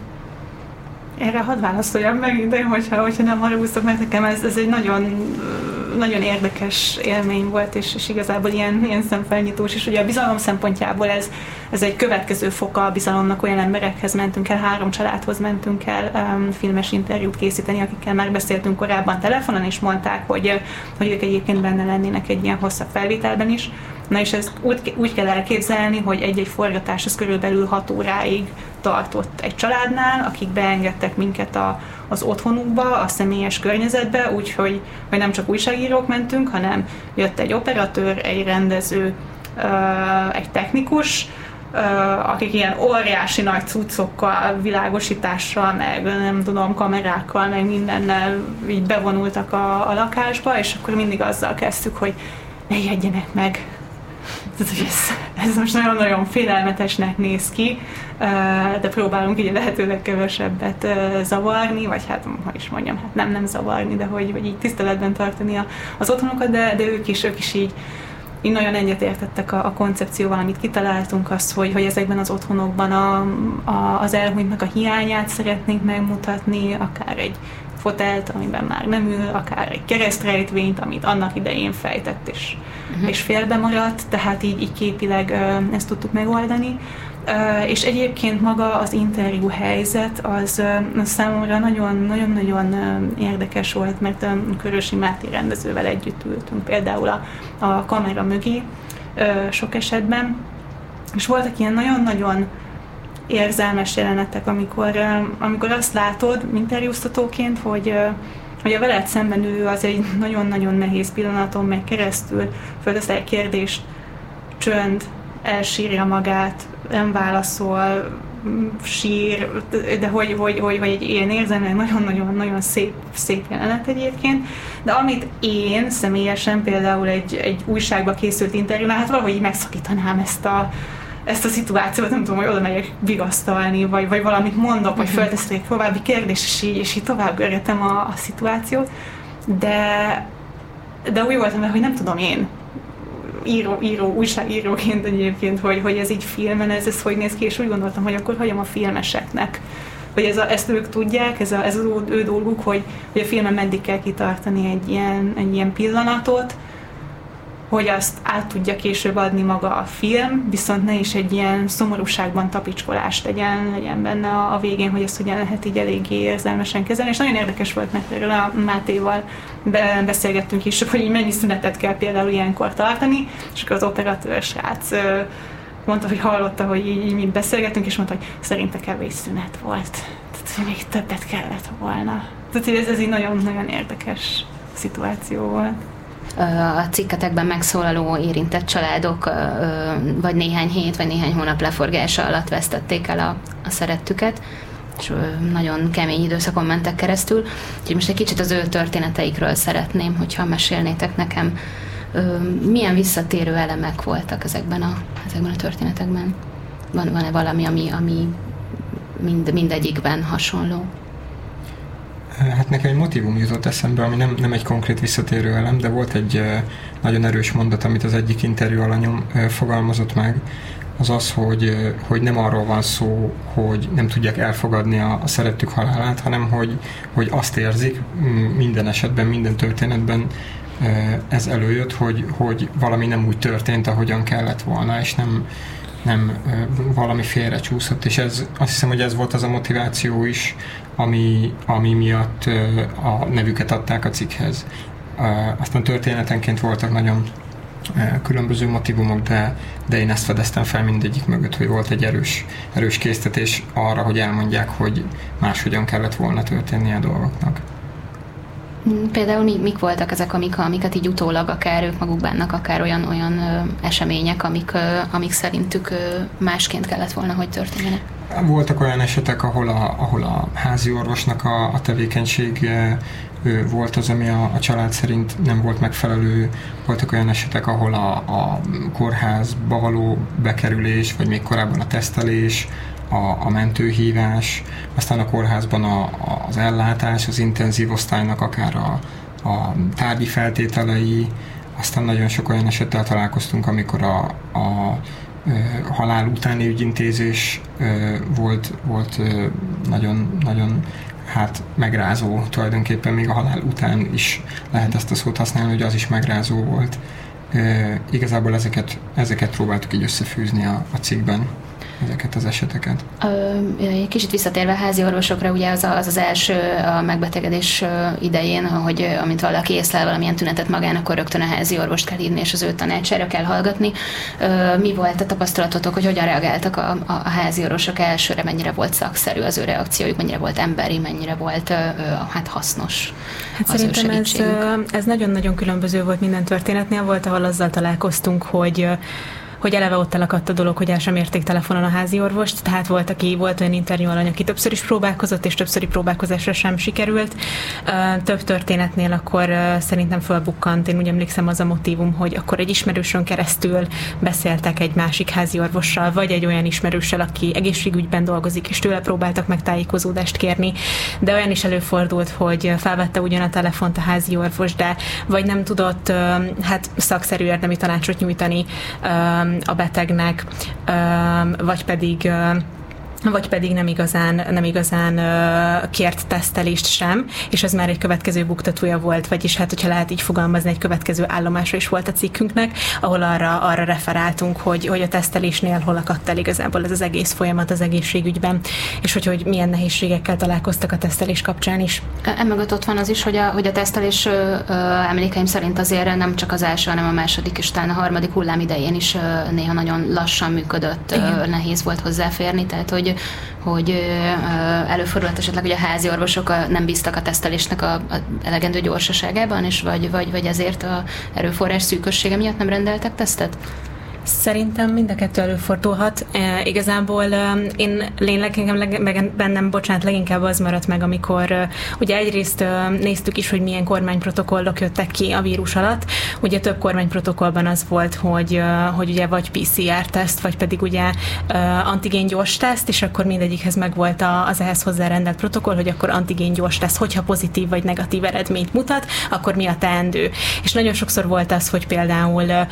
Erre hadd válaszoljam meg, de hogyha, hogyha nem haragúztok, mert nekem ez, ez egy nagyon, nagyon érdekes élmény volt, és, és igazából ilyen, ilyen szemfelnyitós, és ugye a bizalom szempontjából ez, ez egy következő foka a bizalomnak, olyan emberekhez mentünk el, három családhoz mentünk el um, filmes interjút készíteni, akikkel már beszéltünk korábban telefonon, és mondták, hogy, hogy ők egyébként benne lennének egy ilyen hosszabb felvételben is. Na és ezt úgy, úgy kell elképzelni, hogy egy-egy forgatás az körülbelül hat óráig tartott egy családnál, akik beengedtek minket a, az otthonukba, a személyes környezetbe, úgyhogy hogy nem csak újságírók mentünk, hanem jött egy operatőr, egy rendező, egy technikus, akik ilyen óriási nagy cuccokkal, világosítással, meg nem tudom, kamerákkal, meg mindennel így bevonultak a, a lakásba, és akkor mindig azzal kezdtük, hogy ne ijedjenek meg. Ez, ez most nagyon-nagyon félelmetesnek néz ki, de próbálunk így lehetőleg kevesebbet zavarni, vagy hát, hogy is mondjam, hát nem, nem zavarni, de hogy, hogy így tiszteletben tartani a, az otthonokat, de, de ők is, ők is így, így nagyon egyetértettek a, a koncepcióval, amit kitaláltunk, azt, hogy, hogy ezekben az otthonokban a, a, az elhunytnak a hiányát szeretnénk megmutatni, akár egy fotelt, amiben már nem ül, akár egy keresztrejtvényt, amit annak idején fejtett és, uh-huh. és félbe maradt, tehát így, így képileg uh, ezt tudtuk megoldani. Uh, és egyébként maga az interjú helyzet az uh, számomra nagyon-nagyon uh, érdekes volt, mert uh, Körösi Máté rendezővel együtt ültünk például a, a kamera mögé uh, sok esetben, és voltak ilyen nagyon-nagyon érzelmes jelenetek, amikor, amikor azt látod interjúztatóként, hogy, hogy a veled szemben ülő az egy nagyon-nagyon nehéz pillanaton megy keresztül, föltesz egy kérdést, csönd, elsírja magát, nem válaszol, sír, de hogy, hogy, hogy, hogy egy ilyen érzelmek nagyon-nagyon-nagyon szép, szép jelenet egyébként, de amit én személyesen például egy, egy újságba készült interjúnál, hát valahogy így megszakítanám ezt a ezt a szituációt, nem tudom, hogy oda megyek vigasztalni, vagy, vagy valamit mondok, vagy fölteszek egy további kérdés, és így, és így tovább görgetem a, a szituációt, de, de úgy voltam vele, hogy nem tudom én, író, író, újságíróként egyébként, hogy, hogy ez így filmen, ez, ez hogy néz ki, és úgy gondoltam, hogy akkor hagyom a filmeseknek, hogy ez a, ezt ők tudják, ez, a, ez az ő dolguk, hogy, hogy a filmen meddig kell kitartani egy ilyen, egy ilyen pillanatot, hogy azt át tudja később adni maga a film, viszont ne is egy ilyen szomorúságban tapicskolás legyen, legyen benne a, a végén, hogy ezt hogyan lehet így eléggé érzelmesen kezelni. És nagyon érdekes volt, mert erről a Mátéval be, beszélgettünk is, hogy így mennyi szünetet kell például ilyenkor tartani, és akkor az operatőr srác mondta, hogy hallotta, hogy így, így mi beszélgettünk, és mondta, hogy szerinte kevés szünet volt. Tehát, hogy még többet kellett volna. Tehát, ez, ez így nagyon-nagyon érdekes szituáció volt. A cikketekben megszólaló érintett családok vagy néhány hét, vagy néhány hónap leforgása alatt vesztették el a, a szerettüket, és nagyon kemény időszakon mentek keresztül. Úgyhogy most egy kicsit az ő történeteikről szeretném, hogyha mesélnétek nekem, milyen visszatérő elemek voltak ezekben a, ezekben a történetekben. Van, van-e valami, ami, ami mind, mindegyikben hasonló? Hát nekem egy motivum jutott eszembe, ami nem, nem egy konkrét visszatérő elem, de volt egy nagyon erős mondat, amit az egyik interjú alanyom fogalmazott meg, az az, hogy, hogy nem arról van szó, hogy nem tudják elfogadni a, a szerettük halálát, hanem hogy, hogy azt érzik minden esetben, minden történetben ez előjött, hogy, hogy valami nem úgy történt, ahogyan kellett volna, és nem, nem valami félrecsúszott, és ez, azt hiszem, hogy ez volt az a motiváció is, ami, ami miatt a nevüket adták a cikkhez. Aztán történetenként voltak nagyon különböző motivumok, de, de én ezt fedeztem fel mindegyik mögött, hogy volt egy erős, erős késztetés arra, hogy elmondják, hogy máshogyan kellett volna történnie a dolgoknak. Például mi, mik voltak ezek, amik, amiket így utólag akár ők maguk bánnak, akár olyan, olyan ö, események, amik, ö, amik szerintük ö, másként kellett volna, hogy történjenek? voltak olyan esetek, ahol a, ahol a házi orvosnak a, a tevékenység volt az, ami a, a család szerint nem volt megfelelő. Voltak olyan esetek, ahol a, a kórházba való bekerülés, vagy még korábban a tesztelés, a, a mentőhívás, aztán a kórházban a, a, az ellátás, az intenzív osztálynak akár a, a tárgyi feltételei, aztán nagyon sok olyan esettel találkoztunk, amikor a, a halál utáni ügyintézés volt, volt nagyon, nagyon hát megrázó, tulajdonképpen még a halál után is lehet ezt a szót használni, hogy az is megrázó volt. Igazából ezeket, ezeket próbáltuk így összefűzni a, a cikkben, ezeket az eseteket. Egy kicsit visszatérve a házi orvosokra, ugye az az, az első a megbetegedés idején, hogy amint valaki észlel valamilyen tünetet magán, akkor rögtön a házi orvost kell hívni, és az ő tanácsára kell hallgatni. Mi volt a tapasztalatotok, hogy hogyan reagáltak a, a, a házi orvosok elsőre, mennyire volt szakszerű az ő reakciójuk, mennyire volt emberi, mennyire volt hát hasznos hát az ő segítségük? Szerintem ez, ez nagyon-nagyon különböző volt minden történetnél. Volt, ahol azzal találkoztunk, hogy hogy eleve ott elakadt a dolog, hogy el sem érték telefonon a házi orvost, tehát volt, aki, volt olyan interjú alany, aki többször is próbálkozott, és többszöri próbálkozásra sem sikerült. Több történetnél akkor szerintem fölbukkant, én úgy emlékszem az a motívum, hogy akkor egy ismerősön keresztül beszéltek egy másik házi orvossal, vagy egy olyan ismerőssel, aki egészségügyben dolgozik, és tőle próbáltak meg tájékozódást kérni, de olyan is előfordult, hogy felvette ugyan a telefont a házi orvos, de vagy nem tudott hát szakszerű érdemi tanácsot nyújtani a betegnek, vagy pedig vagy pedig nem igazán, nem igazán uh, kért tesztelést sem, és ez már egy következő buktatója volt, vagyis hát, hogyha lehet így fogalmazni, egy következő állomásra is volt a cikkünknek, ahol arra, arra referáltunk, hogy, hogy a tesztelésnél hol akadt el igazából ez az egész folyamat az egészségügyben, és hogy, hogy milyen nehézségekkel találkoztak a tesztelés kapcsán is. Emögött ott van az is, hogy a, hogy a tesztelés uh, emlékeim szerint azért nem csak az első, hanem a második és talán a harmadik hullám idején is uh, néha nagyon lassan működött, uh, nehéz volt hozzáférni, tehát hogy hogy előfordult esetleg, hogy a házi orvosok nem bíztak a tesztelésnek a, a elegendő gyorsaságában, és vagy, vagy, vagy ezért a erőforrás szűkössége miatt nem rendeltek tesztet? Szerintem mind a kettő előfordulhat. E, igazából e, én lényleg engem leg, bennem, bocsánat, leginkább az maradt meg, amikor e, ugye egyrészt e, néztük is, hogy milyen kormányprotokollok jöttek ki a vírus alatt. Ugye több kormányprotokollban az volt, hogy, e, hogy ugye vagy pé cé er teszt, vagy pedig ugye e, antigén gyors teszt, és akkor mindegyikhez megvolt az ehhez hozzárendelt protokoll, hogy akkor antigén gyors teszt, hogyha pozitív vagy negatív eredményt mutat, akkor mi a teendő. És nagyon sokszor volt az, hogy például e,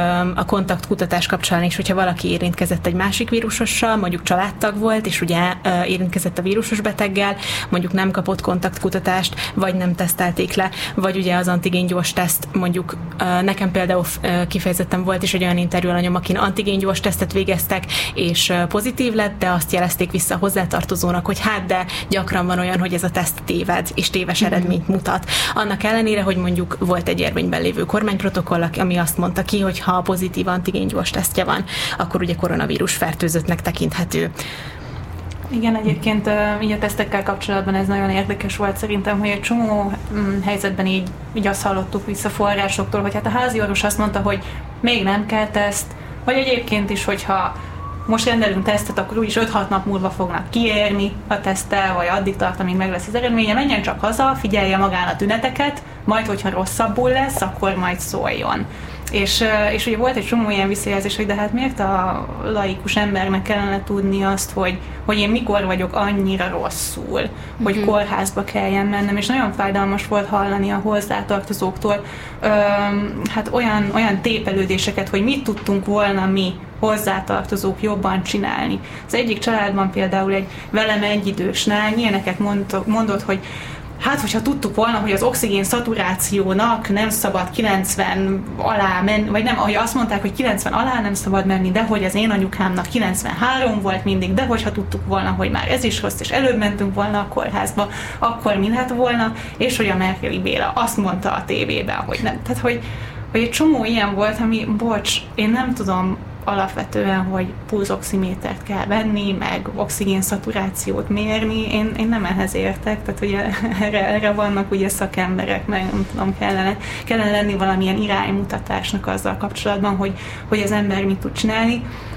a kontakt kutatás kapcsán is, hogyha valaki érintkezett egy másik vírusossal, mondjuk családtag volt, és ugye érintkezett a vírusos beteggel, mondjuk nem kapott kontaktkutatást, vagy nem tesztelték le, vagy ugye az antigén gyors teszt, mondjuk nekem például kifejezetten volt is egy olyan interjú alanyom, akin antigén gyors tesztet végeztek, és pozitív lett, de azt jelezték vissza a hozzátartozónak, hogy hát de gyakran van olyan, hogy ez a teszt téved, és téves mm-hmm. eredményt mutat. Annak ellenére, hogy mondjuk volt egy érvényben lévő kormányprotokoll, ami azt mondta ki, hogy ha pozitív antigén gyors tesztje van, akkor ugye koronavírus fertőzöttnek tekinthető. Igen, egyébként így a tesztekkel kapcsolatban ez nagyon érdekes volt szerintem, hogy egy csomó helyzetben így, így azt hallottuk vissza forrásoktól, hogy hát a házi orvos azt mondta, hogy még nem kell teszt, vagy egyébként is, hogyha most rendelünk tesztet, akkor úgyis öt-hat nap múlva fognak kiérni a teszttel, vagy addig tart, amíg meg lesz az eredménye, menjen csak haza, figyelje magán a tüneteket, majd, hogyha rosszabbul lesz, akkor majd szóljon. És, és ugye volt egy csomó ilyen visszajelzés, hogy de hát miért a laikus embernek kellene tudni azt, hogy, hogy én mikor vagyok annyira rosszul, hogy mm-hmm. kórházba kelljen mennem, és nagyon fájdalmas volt hallani a hozzátartozóktól öm, hát olyan, olyan tépelődéseket, hogy mit tudtunk volna mi hozzátartozók jobban csinálni. Az egyik családban például egy velem egyidősnál ilyeneket mondott, hogy hát, hogyha tudtuk volna, hogy az oxigén szaturációnak nem szabad kilencven alá menni, vagy nem, ahogy azt mondták, hogy kilencven alá nem szabad menni, de hogy az én anyukámnak kilencvenhárom volt mindig, de hogyha tudtuk volna, hogy már ez is rossz, és előbb mentünk volna a kórházba, akkor mi lett volna, és hogy a Merkeli Béla azt mondta a tévében, hogy nem. Tehát, hogy, hogy egy csomó ilyen volt, ami, bocs, én nem tudom alapvetően, hogy pulzoximétert kell venni, meg oxigén szaturációt mérni, én, én nem ehhez értek, tehát ugye erre, erre vannak ugye szakemberek, meg nem tudom, kellene, kellene lenni valamilyen iránymutatásnak azzal kapcsolatban, hogy, hogy az ember mit tud csinálni.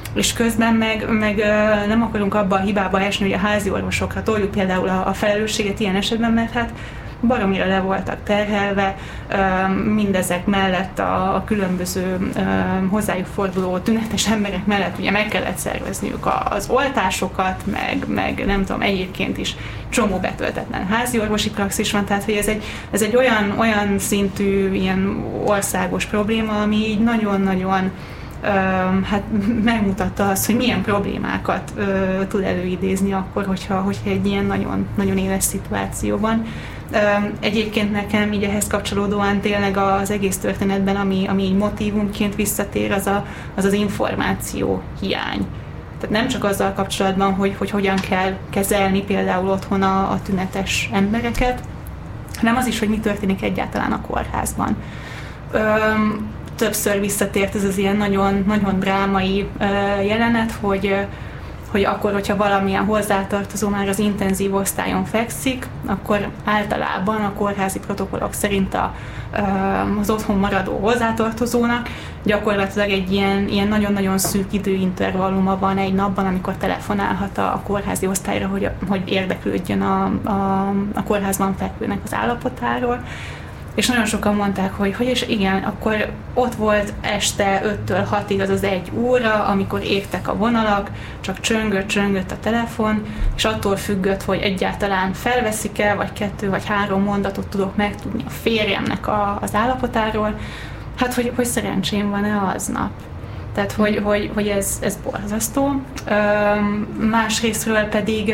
és közben meg, meg nem akarunk abba a hibába esni, hogy a házi orvosokra toljuk például a, a felelősséget ilyen esetben, mert hát baromira le voltak terhelve, mindezek mellett a, a különböző hozzájuk forduló tünetes emberek mellett ugye meg kellett szervezniük az oltásokat, meg, meg nem tudom, egyébként is csomó betöltetlen házi orvosi praxis van, tehát hogy ez egy, ez egy olyan, olyan szintű ilyen országos probléma, ami így nagyon-nagyon hát megmutatta azt, hogy milyen problémákat uh, tud előidézni akkor, hogyha, hogyha egy ilyen nagyon, nagyon éles szituáció van. Um, egyébként nekem így ehhez kapcsolódóan tényleg az egész történetben, ami, ami így motívumként visszatér, az, a, az az információ hiány. Tehát nem csak azzal kapcsolatban, hogy, hogy hogyan kell kezelni például otthon a, a tünetes embereket, hanem az is, hogy mi történik egyáltalán a kórházban. Um, Többször visszatért ez az ilyen nagyon, nagyon drámai uh, jelenet, hogy, uh, hogy akkor, hogyha valamilyen hozzátartozó már az intenzív osztályon fekszik, akkor általában a kórházi protokollok szerint a, uh, az otthon maradó hozzátartozónak gyakorlatilag egy ilyen, ilyen nagyon-nagyon szűk időintervalluma van egy napban, amikor telefonálhat a, a kórházi osztályra, hogy, hogy érdeklődjön a, a, a kórházban fekvőnek az állapotáról. És nagyon sokan mondták, hogy, hogy és igen, akkor ott volt este öttől hatig az az egy óra, amikor égtek a vonalak, csak csöngött, csöngött a telefon, és attól függött, hogy egyáltalán felveszik-e, vagy kettő, vagy három mondatot tudok megtudni a férjemnek a, az állapotáról, hát hogy, hogy szerencsém van-e aznap. Tehát, hogy, hogy, hogy ez, ez borzasztó. Másrésztről pedig,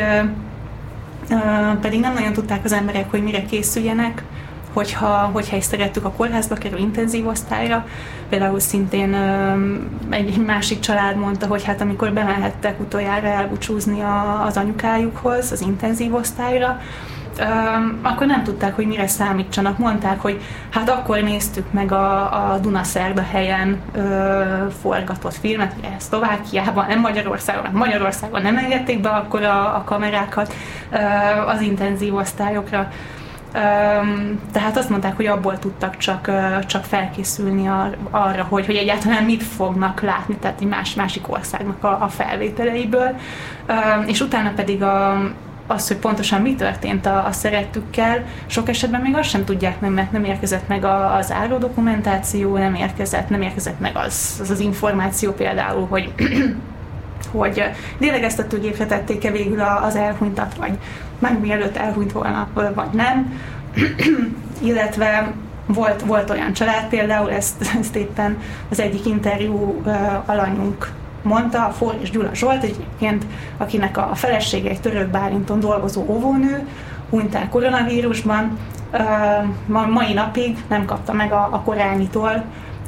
pedig nem nagyon tudták az emberek, hogy mire készüljenek, hogyha, hogyha is szerettük a kórházba kerül intenzív osztályra. Például szintén egy, egy másik család mondta, hogy hát amikor bemehettek utoljára elbúcsúzni a, az anyukájukhoz, az intenzív osztályra, akkor nem tudták, hogy mire számítsanak. Mondták, hogy hát akkor néztük meg a, a Dunaszerdahelyen ö, forgatott filmet, ugye Szlovákiában, nem Magyarországon, mert Magyarországon nem engedték be akkor a, a kamerákat ö, az intenzív osztályokra. Um, tehát azt mondták, hogy abból tudtak csak, uh, csak felkészülni ar- arra, hogy, hogy egyáltalán mit fognak látni, tehát egy más, másik országnak a, a felvételeiből. Um, és utána pedig a, az, hogy pontosan mi történt a, a szerettükkel, sok esetben még azt sem tudják meg, mert nem érkezett meg a, az áró dokumentáció, nem érkezett, nem érkezett meg az az, az információ például, hogy hogy lélegeztetőgépre tették-e végül az elhunytat, vagy meg mielőtt elhunyt volna, vagy nem. Illetve volt, volt olyan család például, ezt, ezt éppen az egyik interjú uh, alanyunk mondta, a Forrás Gyula Zsolt egyébként, akinek a felesége egy Török Bálinton dolgozó óvónő, hunyt el koronavírusban, uh, mai napig nem kapta meg a, a koránitól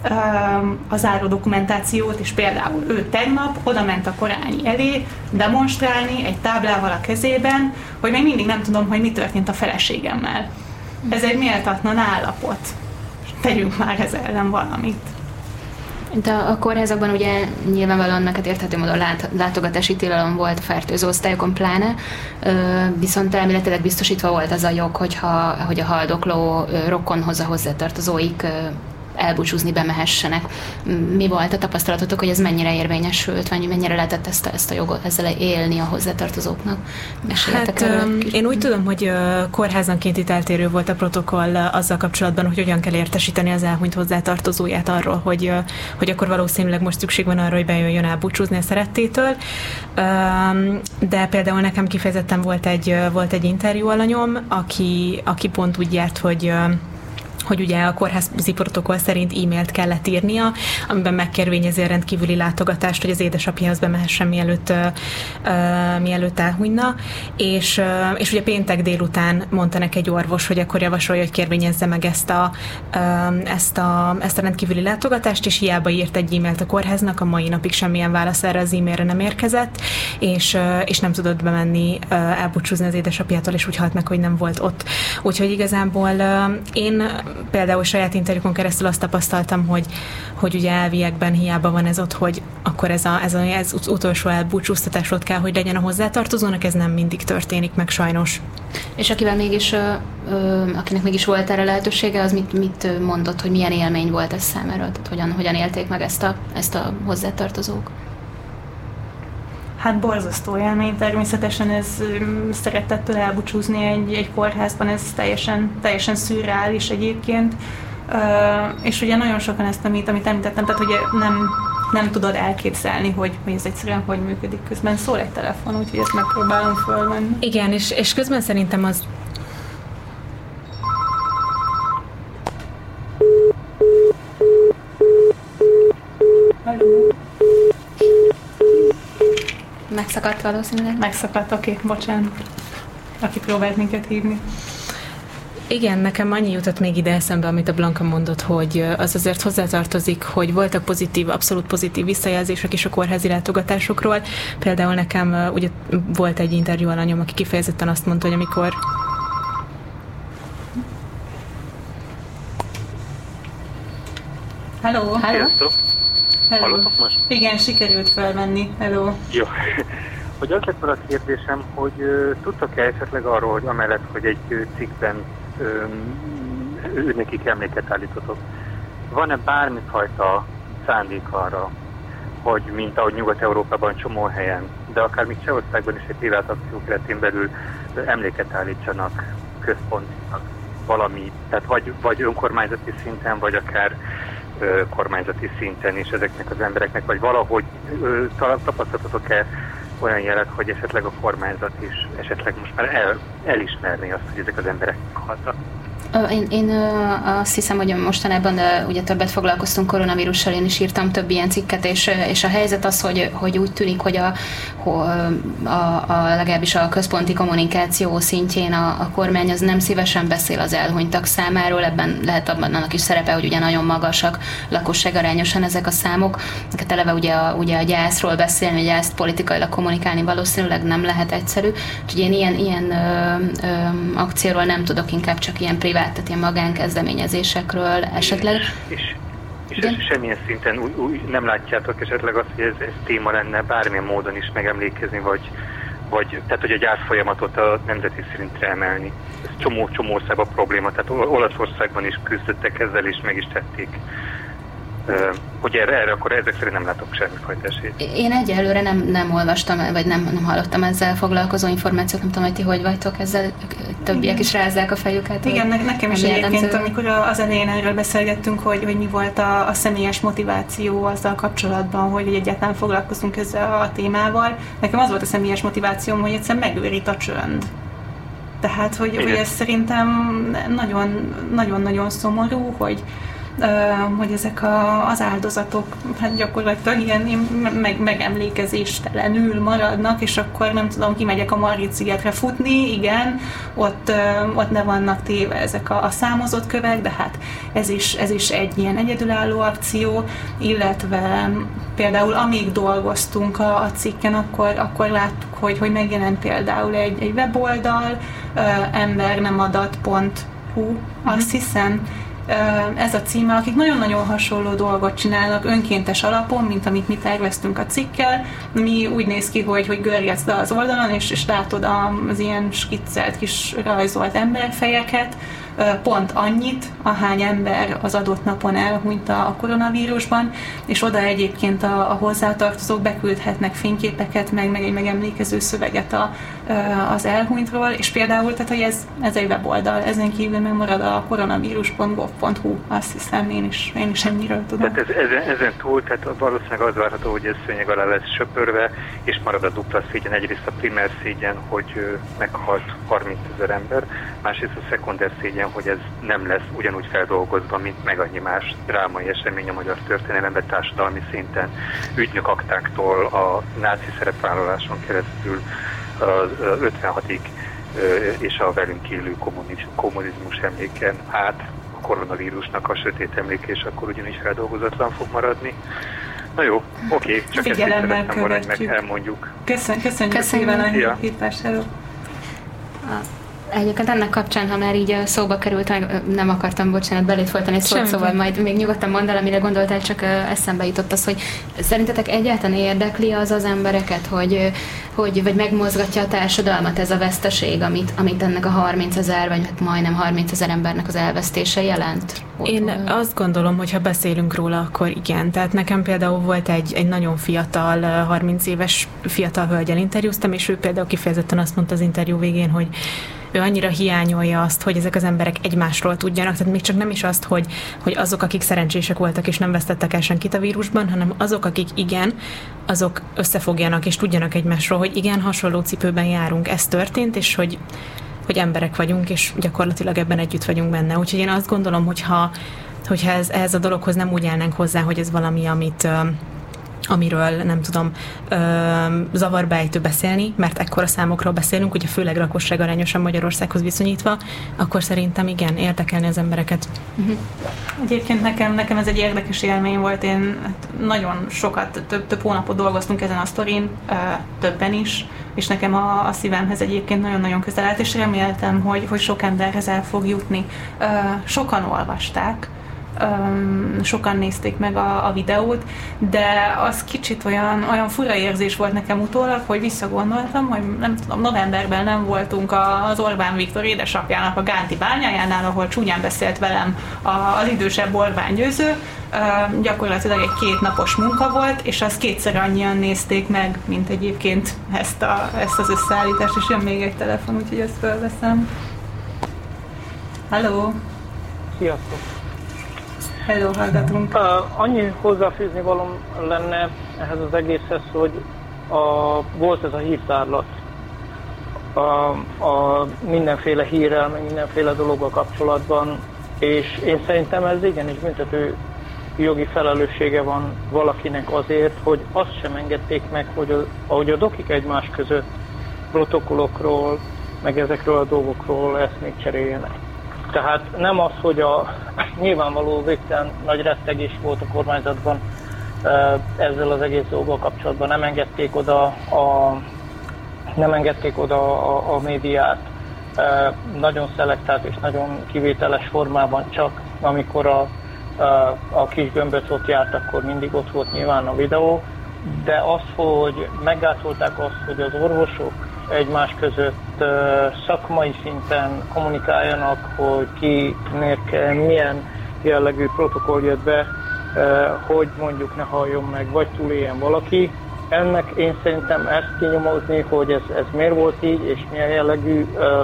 a záró dokumentációt, és például ő tegnap oda ment a Korányi elé demonstrálni egy táblával a kezében, hogy még mindig nem tudom, hogy mi történt a feleségemmel. Ez egy méltatlan állapot. Tegyünk már ez ellen valamit. De a kórházakban ugye nyilvánvalóan neked érthető módon lát, látogatási tilalom volt a fertőző osztályokon pláne, viszont elméletileg biztosítva volt az a jog, hogyha, hogy a haldokló rokonhoz a hozzátartozóik elbúcsúzni bemehessenek. Mi volt a tapasztalatotok, hogy ez mennyire érvényesült, vagy mennyire lehetett ezt a, ezt a jogot ezzel élni a hozzátartozóknak? Hát, én úgy tudom, hogy kórházanként itt eltérő volt a protokoll azzal kapcsolatban, hogy hogyan kell értesíteni az elhunyt hozzátartozóját arról, hogy, hogy akkor valószínűleg most szükség van arra, hogy bejöjjön elbúcsúzni a szerettétől. De például nekem kifejezetten volt egy, volt egy interjú alanyom, aki, aki pont úgy járt, hogy hogy ugye a kórházi protokoll szerint e-mailt kellett írnia, amiben megkérvényezi a rendkívüli látogatást, hogy az édesapjához bemehessen, mielőtt, uh, mielőtt elhunyna, és, uh, és ugye péntek délután mondta neki egy orvos, hogy akkor javasolja, hogy kérvényezze meg ezt a, uh, ezt, a, ezt a rendkívüli látogatást, és hiába írt egy e-mailt a kórháznak, a mai napig semmilyen válasz erre az e-mailre nem érkezett, és, uh, és nem tudott bemenni uh, elbúcsúzni az édesapjától, és úgy halt meg, hogy nem volt ott. Úgyhogy igazából uh, én például saját interjúkon keresztül azt tapasztaltam, hogy, hogy ugye elviekben hiába van ez ott, hogy akkor ez, a, ez, a, ez utolsó elbúcsúztatás ott kell, hogy legyen a hozzátartozónak, ez nem mindig történik meg sajnos. És akivel mégis, ö, ö, akinek mégis volt erre lehetősége, az mit, mit mondott, hogy milyen élmény volt ez számára? Tehát hogyan, hogyan élték meg ezt a, ezt a hozzátartozók? Hát borzasztó élmény, természetesen ez szeretettől elbúcsúzni egy, egy kórházban, ez teljesen, teljesen szürreális egyébként. Uh, és ugye nagyon sokan ezt, amit, amit említettem, tehát ugye nem, nem tudod elképzelni, hogy, hogy ez egyszerűen hogy működik. Közben szól egy telefon, úgyhogy ezt megpróbálom fölvenni. Igen, és, és közben szerintem az... Halló. Megszakadt valószínűleg. Megszakadt, oké, okay, bocsánat. Aki próbált minket hívni. Igen, nekem annyi jutott még ide eszembe, amit a Blanka mondott, hogy az azért hozzátartozik, hogy voltak pozitív, abszolút pozitív visszajelzések is a kórházi látogatásokról. Például nekem ugye volt egy interjú alanyom, aki kifejezetten azt mondta, hogy amikor... Hello. Hello. Hello. Hallotok most? Igen, sikerült felvenni. Hello. Jó. Hogy az lett volna a kérdésem, hogy uh, tudtok-e esetleg arról, hogy amellett, hogy egy uh, cikkben um, nekik emléket állítotok, van-e bármifajta szándék arra, hogy mint ahogy Nyugat-Európában csomó helyen, de akár még Csehországban is egy privát akció keretén belül uh, emléket állítsanak központilag valami, tehát vagy, vagy önkormányzati szinten, vagy akár uh, kormányzati szinten is ezeknek az embereknek, vagy valahogy uh, tapasztaltatok-e olyan jelet, hogy esetleg a kormányzat is esetleg most már el, elismerné azt, hogy ezek az emberek haltak. Én, én azt hiszem, hogy mostanában ugye többet foglalkoztunk koronavírussal, én is írtam több ilyen cikket, és, és a helyzet az, hogy, hogy úgy tűnik, hogy a, a, a legalábbis a központi kommunikáció szintjén a, a kormány az nem szívesen beszél az elhunytak számáról, ebben lehet abban annak is szerepe, hogy ugye nagyon magasak lakosságarányosan ezek a számok. Neked eleve ugye a, ugye a gyászról beszélni, a gyászt politikailag kommunikálni valószínűleg nem lehet egyszerű, úgyhogy én ilyen, ilyen ö, ö, akcióról nem tudok, inkább csak ilyen privát, tehát ilyen magánkezdeményezésekről esetleg. És, és, és semmilyen szinten új, új, nem látjátok esetleg azt, hogy ez, ez téma lenne bármilyen módon is megemlékezni, vagy, vagy tehát, hogy a gyász folyamatot a nemzeti szintre emelni. Ez csomó-csomó országban probléma, tehát Olaszországban is küzdöttek ezzel, és meg is tették. Uh, hogy erre, erre akkor ezek szerint nem látok semmifajta esélyt. Én egyelőre nem, nem olvastam, vagy nem, nem hallottam ezzel foglalkozó információt, nem tudom, hogy ti hogy vagytok ezzel, többiek igen. is rázzák a fejüket. Igen, ne, nekem is egyébként, amikor az elején erről beszélgettünk, hogy, hogy mi volt a, a személyes motiváció azzal kapcsolatban, hogy, hogy egyáltalán foglalkozunk ezzel a témával. Nekem az volt a személyes motivációm, hogy egyszer megőrít a csönd. Tehát, hogy, hogy ez szerintem nagyon-nagyon szomorú, hogy hogy ezek a, az áldozatok hát gyakorlatilag ilyen meg, megemlékezéstelenül maradnak, és akkor nem tudom, kimegyek a Margit-szigetre futni, igen, ott, ott ne vannak téve ezek a, a számozott kövek, de hát ez is, ez is egy ilyen egyedülálló akció, illetve például amíg dolgoztunk a, a cikken, akkor, akkor láttuk, hogy, hogy megjelent például egy, egy weboldal, embernemadat pont hu, azt hiszem, ez a címe, akik nagyon-nagyon hasonló dolgot csinálnak önkéntes alapon, mint amit mi terveztünk a cikkel. Mi úgy néz ki, hogy, hogy görgetsz le az oldalon, és, és látod az ilyen skiccelt kis rajzolt emberfejeket, pont annyit, ahány ember az adott napon elhunyt a koronavírusban, és oda egyébként a, a hozzátartozók beküldhetnek fényképeket, meg, meg egy megemlékező szöveget a, az elhunytról, és például, tehát, hogy ez, ez egy weboldal, ezen kívül megmarad a koronavírus pont gov pont hu, azt hiszem, én is, én is ennyiről tudom. Tehát ez, ezen, ezen túl, tehát valószínűleg az várható, hogy ez szőnyeg alá lesz söpörve, és marad a dupla szégyen, egyrészt a primer szégyen, hogy meghalt harmincezer ember, másrészt a szekunder szégyen, hogy ez nem lesz ugyanúgy feldolgozva, mint meg annyi más drámai esemény a magyar történelemben, társadalmi szinten, ügynök aktáktól, a náci szerepvállaláson keresztül, az ötvenhatig és a velünk élő kommunizmus emléken át a koronavírusnak a sötét emléke, és akkor ugyanis feldolgozatlan fog maradni. Na jó, oké, csak ezt szerettem volna, hogy meg elmondjuk. Köszön, köszönjük Köszönjük szépen a hívást. Egyébként ennek kapcsán, ha már így szóba került, meg nem akartam, bocsánat, belét folytani szót, szóval majd még nyugodtan mondd el, amire gondoltál, csak eszembe jutott az, hogy szerintetek egyáltalán érdekli az az embereket, hogy, hogy vagy megmozgatja a társadalmat ez a veszteség, amit, amit ennek a harmincezer, vagy hát majdnem harmincezer embernek az elvesztése jelent? Én azt gondolom, hogy ha beszélünk róla, akkor igen. Tehát nekem például volt egy, egy nagyon fiatal, harminc éves fiatal hölgyel interjúztam, és ő például kifejezetten azt mondta az interjú végén, hogy ő annyira hiányolja azt, hogy ezek az emberek egymásról tudjanak, tehát még csak nem is azt, hogy, hogy azok, akik szerencsések voltak és nem vesztettek el senkit a vírusban, hanem azok, akik igen, azok összefogjanak és tudjanak egymásról, hogy igen, hasonló cipőben járunk, ez történt, és hogy, hogy emberek vagyunk, és gyakorlatilag ebben együtt vagyunk benne. Úgyhogy én azt gondolom, hogyha, hogyha ez, ehhez a dologhoz nem úgy állnánk hozzá, hogy ez valami, amit... amiről nem tudom ö, zavarba ejtő beszélni, mert ekkora számokról beszélünk, ugye főleg lakosság arányosan Magyarországhoz viszonyítva, akkor szerintem igen, érdekelni az embereket. Uh-huh. Egyébként nekem, nekem ez egy érdekes élmény volt, én nagyon sokat, több, több hónapot dolgoztunk ezen a sztorin, többen is, és nekem a, a szívemhez egyébként nagyon-nagyon közel állt, és reméltem, hogy, hogy sok emberhez el fog jutni. Sokan olvasták, Um, sokan nézték meg a, a videót, de az kicsit olyan, olyan fura érzés volt nekem utólag, hogy visszagondoltam, hogy nem tudom, novemberben nem voltunk az Orbán Viktor édesapjának a Gánti bányájánál, ahol csúnyán beszélt velem a, az idősebb Orbán Győző. Uh, gyakorlatilag egy kétnapos munka volt, és azt kétszer annyian nézték meg, mint egyébként ezt, a, ezt az összeállítást, és jön még egy telefon, úgyhogy ezt felveszem. Halló! Sziasztok! Hello, hallgatunk. Uh, annyi hozzáfűzni valóm lenne ehhez az egészhez, hogy a, volt ez a hírtárlat a, a mindenféle hírrel, meg mindenféle dologgal kapcsolatban, és én szerintem ez igenis büntető jogi felelőssége van valakinek azért, hogy azt sem engedték meg, hogy a, ahogy a dokik egymás között protokollokról, meg ezekről a dolgokról ezt még cseréljenek. Tehát nem az, hogy a nyilvánvaló végtelen nagy rettegés volt a kormányzatban ezzel az egész dolggal kapcsolatban, nem engedték oda a, nem engedték oda a, a médiát, nagyon szelektált és nagyon kivételes formában, csak amikor a, a, a kis gömböc ott járt, akkor mindig ott volt nyilván a videó, de az, hogy meggátolták azt, hogy az orvosok egymás között uh, szakmai szinten kommunikáljanak, hogy ki milyen jellegű protokoll jött be, uh, hogy mondjuk ne halljon meg, vagy túléljen valaki. Ennek én szerintem ezt kinyomozni, hogy ez, ez miért volt így, és milyen jellegű uh,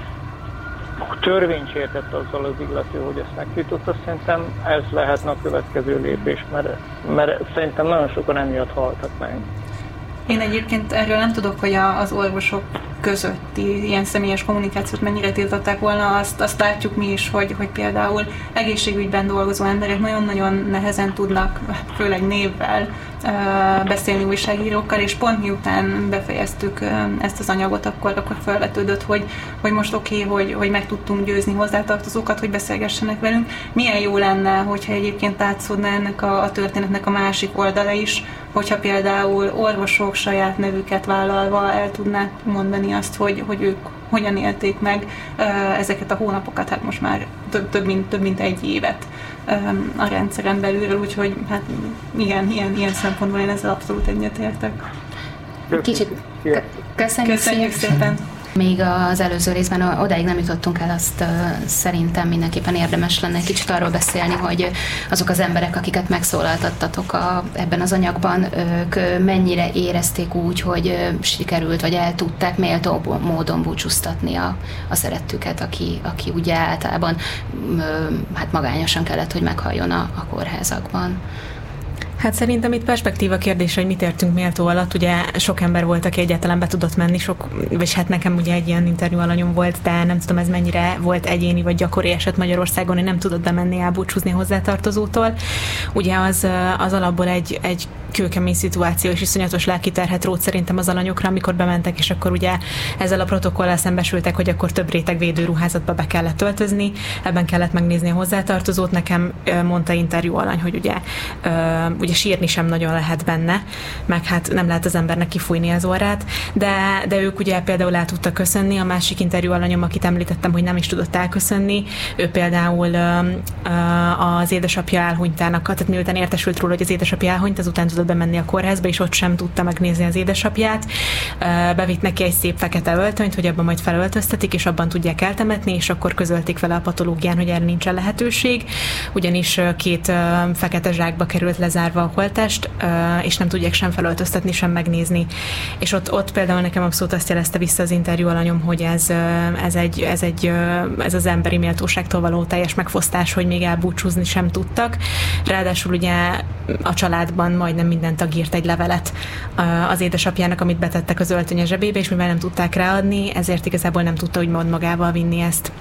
törvényt sértett azzal az illető, hogy ezt megtiltotta, szerintem ez lehetne a következő lépés, mert, mert szerintem nagyon sokan emiatt haltak meg. Én egyébként erről nem tudok, hogy az orvosok közötti ilyen személyes kommunikációt mennyire tiltották volna, azt, azt látjuk mi is, hogy, hogy például egészségügyben dolgozó emberek nagyon-nagyon nehezen tudnak, főleg névvel beszélni újságírókkal, és pont miután befejeztük ezt az anyagot, akkor, akkor felvetődött, hogy, hogy most oké, okay, hogy, hogy meg tudtunk győzni hozzátartozókat, hogy beszélgessenek velünk. Milyen jó lenne, hogyha egyébként átszódna ennek a, a történetnek a másik oldala is, hogyha például orvosok saját nevüket vállalva el tudnák mondani azt, hogy, hogy ők hogyan élték meg uh, ezeket a hónapokat, hát most már több, több, mint, több mint egy évet um, a rendszeren belülről, úgyhogy hát igen, ilyen, ilyen szempontból én ezzel abszolút egyetértek. Kicsit köszönjük, köszönjük szépen! Még az előző részben odáig nem jutottunk el, azt uh, szerintem mindenképpen érdemes lenne kicsit arról beszélni, hogy azok az emberek, akiket megszólaltattatok a, ebben az anyagban, ők mennyire érezték úgy, hogy uh, sikerült, vagy el tudták méltó módon búcsúztatni a, a szerettüket, aki, aki ugye általában uh, hát magányosan kellett, hogy meghalljon a, a kórházakban. Hát szerintem itt perspektíva kérdés, hogy mit értünk méltó alatt. Ugye sok ember volt, aki egyáltalán be tudott menni, sok, vagy hát nekem ugye egy ilyen interjú alanyom volt, de nem tudom, ez mennyire volt egyéni vagy gyakori eset Magyarországon, hogy nem tudott bemenni, elbúcsúzni hozzátartozótól. Ugye az, az alapból egy, egy kőkemény szituáció, és iszonyatos lelkiterhet rót szerintem az alanyokra, amikor bementek, és akkor ugye ezzel a protokollal szembesültek, hogy akkor több réteg védőruházatba be kellett öltözni, ebben kellett megnézni a hozzátartozót. Nekem mondta interjú alany, hogy ugye, ugye ugye sírni sem nagyon lehet benne, meg hát nem lehet az embernek kifújni az orrát, de, de ők ugye például el tudtak köszönni, a másik interjú alanyom, akit említettem, hogy nem is tudott elköszönni, ő például az édesapja elhunytának, tehát miután értesült róla, hogy az édesapja elhunyt, azután tudott bemenni a kórházba, és ott sem tudta megnézni az édesapját. Bevitt neki egy szép fekete öltönyt, hogy abban majd felöltöztetik, és abban tudják eltemetni, és akkor közölték vele a patológián, hogy erre nincsen lehetőség, ugyanis két fekete zsákba került lezárva a holttest, és nem tudják sem felöltöztetni, sem megnézni. És ott, ott például nekem abszolút azt jelezte vissza az interjú alanyom, hogy ez, ez, egy, ez, egy, ez az emberi méltóságtól való teljes megfosztás, hogy még elbúcsúzni sem tudtak. Ráadásul ugye a családban majdnem minden tag írt egy levelet az édesapjának, amit betettek az öltönye zsebébe, és mivel nem tudták ráadni, ezért igazából nem tudta úgymond magával vinni ezt.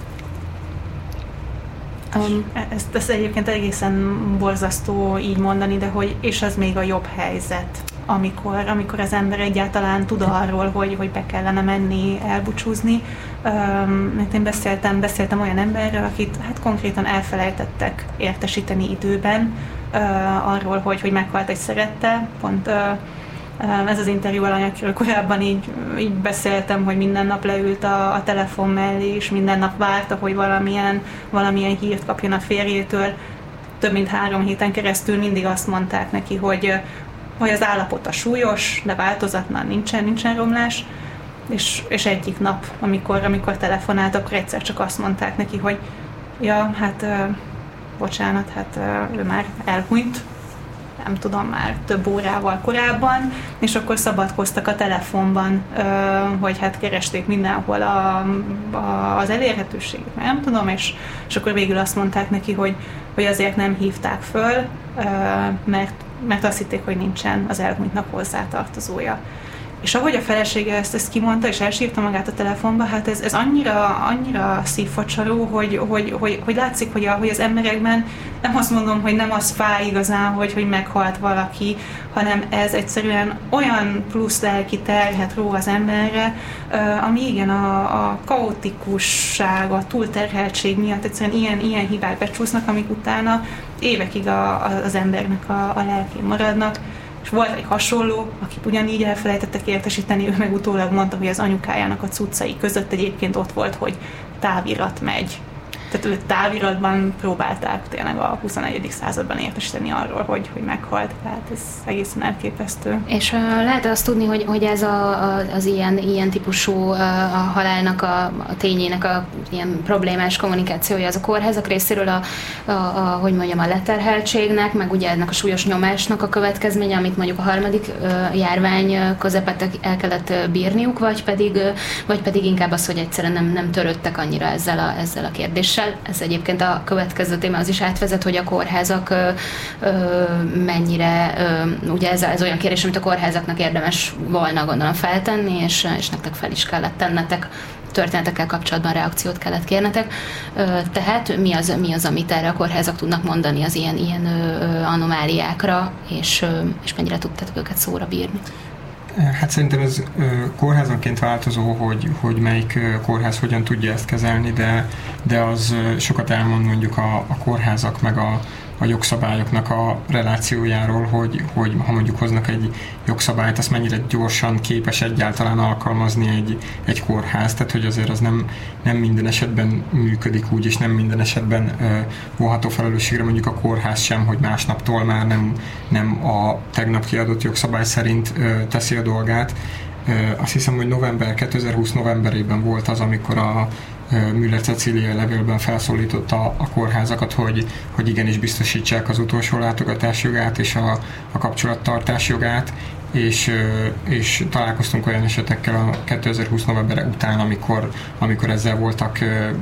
Um, ezt, ezt egyébként egészen borzasztó így mondani, de hogy és az még a jobb helyzet, amikor, amikor az ember egyáltalán tud arról, hogy, hogy be kellene menni, elbúcsúzni. Um, én beszéltem, beszéltem olyan emberrel, akit hát konkrétan elfelejtettek értesíteni időben uh, arról, hogy, hogy meghalt egy szerette. Pont uh, ez az interjú alany, akiről korábban így, így beszéltem, hogy minden nap leült a, a telefon mellé, és minden nap várta, hogy valamilyen, valamilyen hírt kapjon a férjétől. Több mint három héten keresztül mindig azt mondták neki, hogy, hogy az állapota súlyos, de változatlan, nincsen, nincsen romlás. És, és egyik nap, amikor, amikor telefonált, akkor egyszer csak azt mondták neki, hogy ja, hát uh, bocsánat, hát uh, ő már elhunyt, nem tudom, már több órával korábban, és akkor szabadkoztak a telefonban, hogy hát keresték mindenhol a, a, az elérhetőséget, nem tudom, és, és akkor végül azt mondták neki, hogy, hogy azért nem hívták föl, mert, mert azt hitték, hogy nincsen az elhunytnak hozzátartozója. És ahogy a felesége ezt, ezt kimondta, és elsírta magát a telefonba, hát ez, ez annyira, annyira szívfacsaró, hogy, hogy, hogy, hogy látszik, hogy, a, hogy az emberekben nem azt mondom, hogy nem az fáj igazán, hogy, hogy meghalt valaki, hanem ez egyszerűen olyan plusz lelki terhet ró az emberre, ami igen a, a kaotikusság, a túlterheltség miatt egyszerűen ilyen, ilyen hibák becsúsznak, amik utána évekig a, a, az embernek a, a lelkén maradnak. És volt egy hasonló, akit ugyanígy elfelejtettek értesíteni, ő meg utólag mondta, hogy az anyukájának a cuccai között egyébként ott volt, hogy távirat megy. Tehát őt táviratban próbálták tényleg a huszonegyedik században értesíteni arról, hogy, hogy meghalt. Tehát ez egészen elképesztő. És uh, lehet azt tudni, hogy, hogy ez a, a, az ilyen, ilyen típusú uh, a halálnak, a, a tényének a ilyen problémás kommunikációja az a kórházak részéről a, a, a, hogy mondjam, a leterheltségnek, meg ugye ennek a súlyos nyomásnak a következménye, amit mondjuk a harmadik uh, járvány közepette el kellett uh, bírniuk, vagy pedig, uh, vagy pedig inkább az, hogy egyszerűen nem, nem törődtek annyira ezzel a, ezzel a kérdéssel. Ez egyébként a következő téma az is átvezet, hogy a kórházak ö, ö, mennyire, ö, ugye ez, ez olyan kérdés, amit a kórházaknak érdemes volna gondolom feltenni, és, és nektek fel is kellett tennetek, történetekkel kapcsolatban reakciót kellett kérnetek. Ö, tehát mi az, mi az, amit erre a kórházak tudnak mondani az ilyen, ilyen ö, anomáliákra, és, ö, és mennyire tudtátok őket szóra bírni? Hát szerintem ez kórházanként változó, hogy, hogy melyik kórház hogyan tudja ezt kezelni, de, de az sokat elmond mondjuk a, a kórházak meg a, a jogszabályoknak a relációjáról, hogy, hogy ha mondjuk hoznak egy jogszabályt, azt mennyire gyorsan képes egyáltalán alkalmazni egy, egy kórház, tehát hogy azért az nem, nem minden esetben működik úgy, és nem minden esetben uh, vonható felelősségre mondjuk a kórház sem, hogy másnaptól már nem, nem a tegnap kiadott jogszabály szerint uh, teszi a dolgát. Uh, azt hiszem, hogy november, kétezer-húsz novemberében volt az, amikor a Müller Cecília levélben felszólította a kórházakat, hogy, hogy igenis biztosítsák az utolsó látogatás jogát és a, a kapcsolattartás jogát, és, és találkoztunk olyan esetekkel a kétezer-húsz november után, amikor, amikor ezzel voltak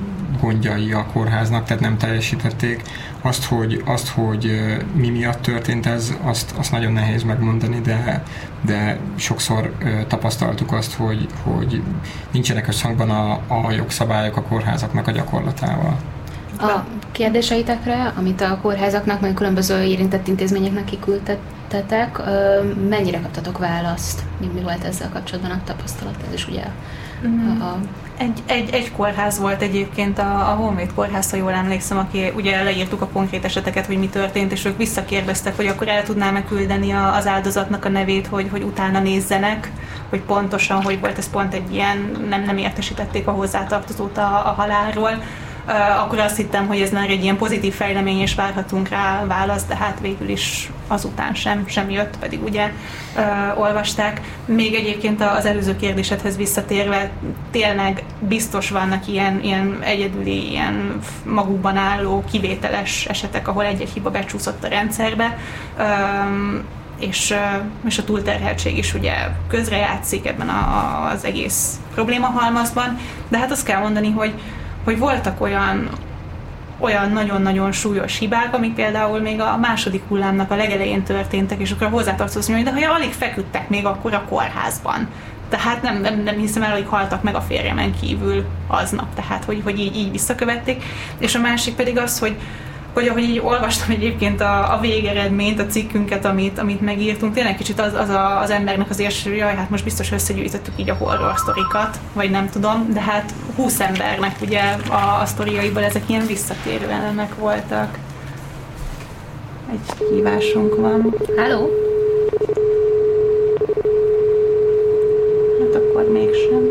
gondjai a kórháznak, tehát nem teljesítették. Azt, hogy, azt, hogy mi miatt történt ez, azt, azt nagyon nehéz megmondani, de, de sokszor tapasztaltuk azt, hogy, hogy nincsenek összhangban a, a jogszabályok a kórházaknak a gyakorlatával. A kérdéseitekre, amit a kórházaknak, meg különböző érintett intézményeknek kiküldtetek, mennyire kaptatok választ? Mi, mi volt ezzel kapcsolatban a tapasztalat? Ez is ugye a, a Egy, egy, egy kórház volt egyébként, a, a Honvéd kórház, ha jól emlékszem, aki ugye leírtuk a konkrét eseteket, hogy mi történt, és ők visszakérdeztek, hogy akkor el tudnám-e küldeni a, az áldozatnak a nevét, hogy, hogy utána nézzenek, hogy pontosan, hogy volt ez pont egy ilyen, nem, nem értesítették a hozzátartozót a, a halálról. Uh, akkor azt hittem, hogy ez már egy ilyen pozitív fejlemény, és várhatunk rá választ, de hát végül is azután sem, sem jött, pedig ugye uh, olvasták. Még egyébként az előző kérdésedhez visszatérve, tényleg biztos vannak ilyen, ilyen egyedüli, ilyen magukban álló, kivételes esetek, ahol egy-egy hiba becsúszott a rendszerbe, um, és, és a túlterheltség is ugye közrejátszik ebben a, az egész problémahalmazban, de hát azt kell mondani, hogy hogy voltak olyan, olyan nagyon-nagyon súlyos hibák, amik például még a második hullámnak a legelején történtek, és akkor hozzátartozni, hogy de ha alig feküdtek még akkor a kórházban. Tehát nem, nem, nem hiszem el, hogy haltak meg a férjemen kívül aznap, tehát hogy, hogy így, így visszakövették. És a másik pedig az, hogy hogy ahogy így olvastam egyébként a, a végeredményt, a cikkünket, amit, amit megírtunk, tényleg kicsit az, az a, az embernek az első, hogy jaj, hát most biztos összegyűjtöttük így a horror sztorikat, vagy nem tudom, de hát húsz embernek ugye a, a sztoriaiból ezek ilyen visszatérő elemek voltak. Egy hívásunk van. Halló? Hát akkor mégsem.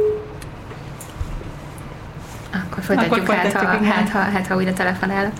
Akkor folytatjuk, Akkor folytatjuk hát, ha, hát, ha, hát ha újra telefonál.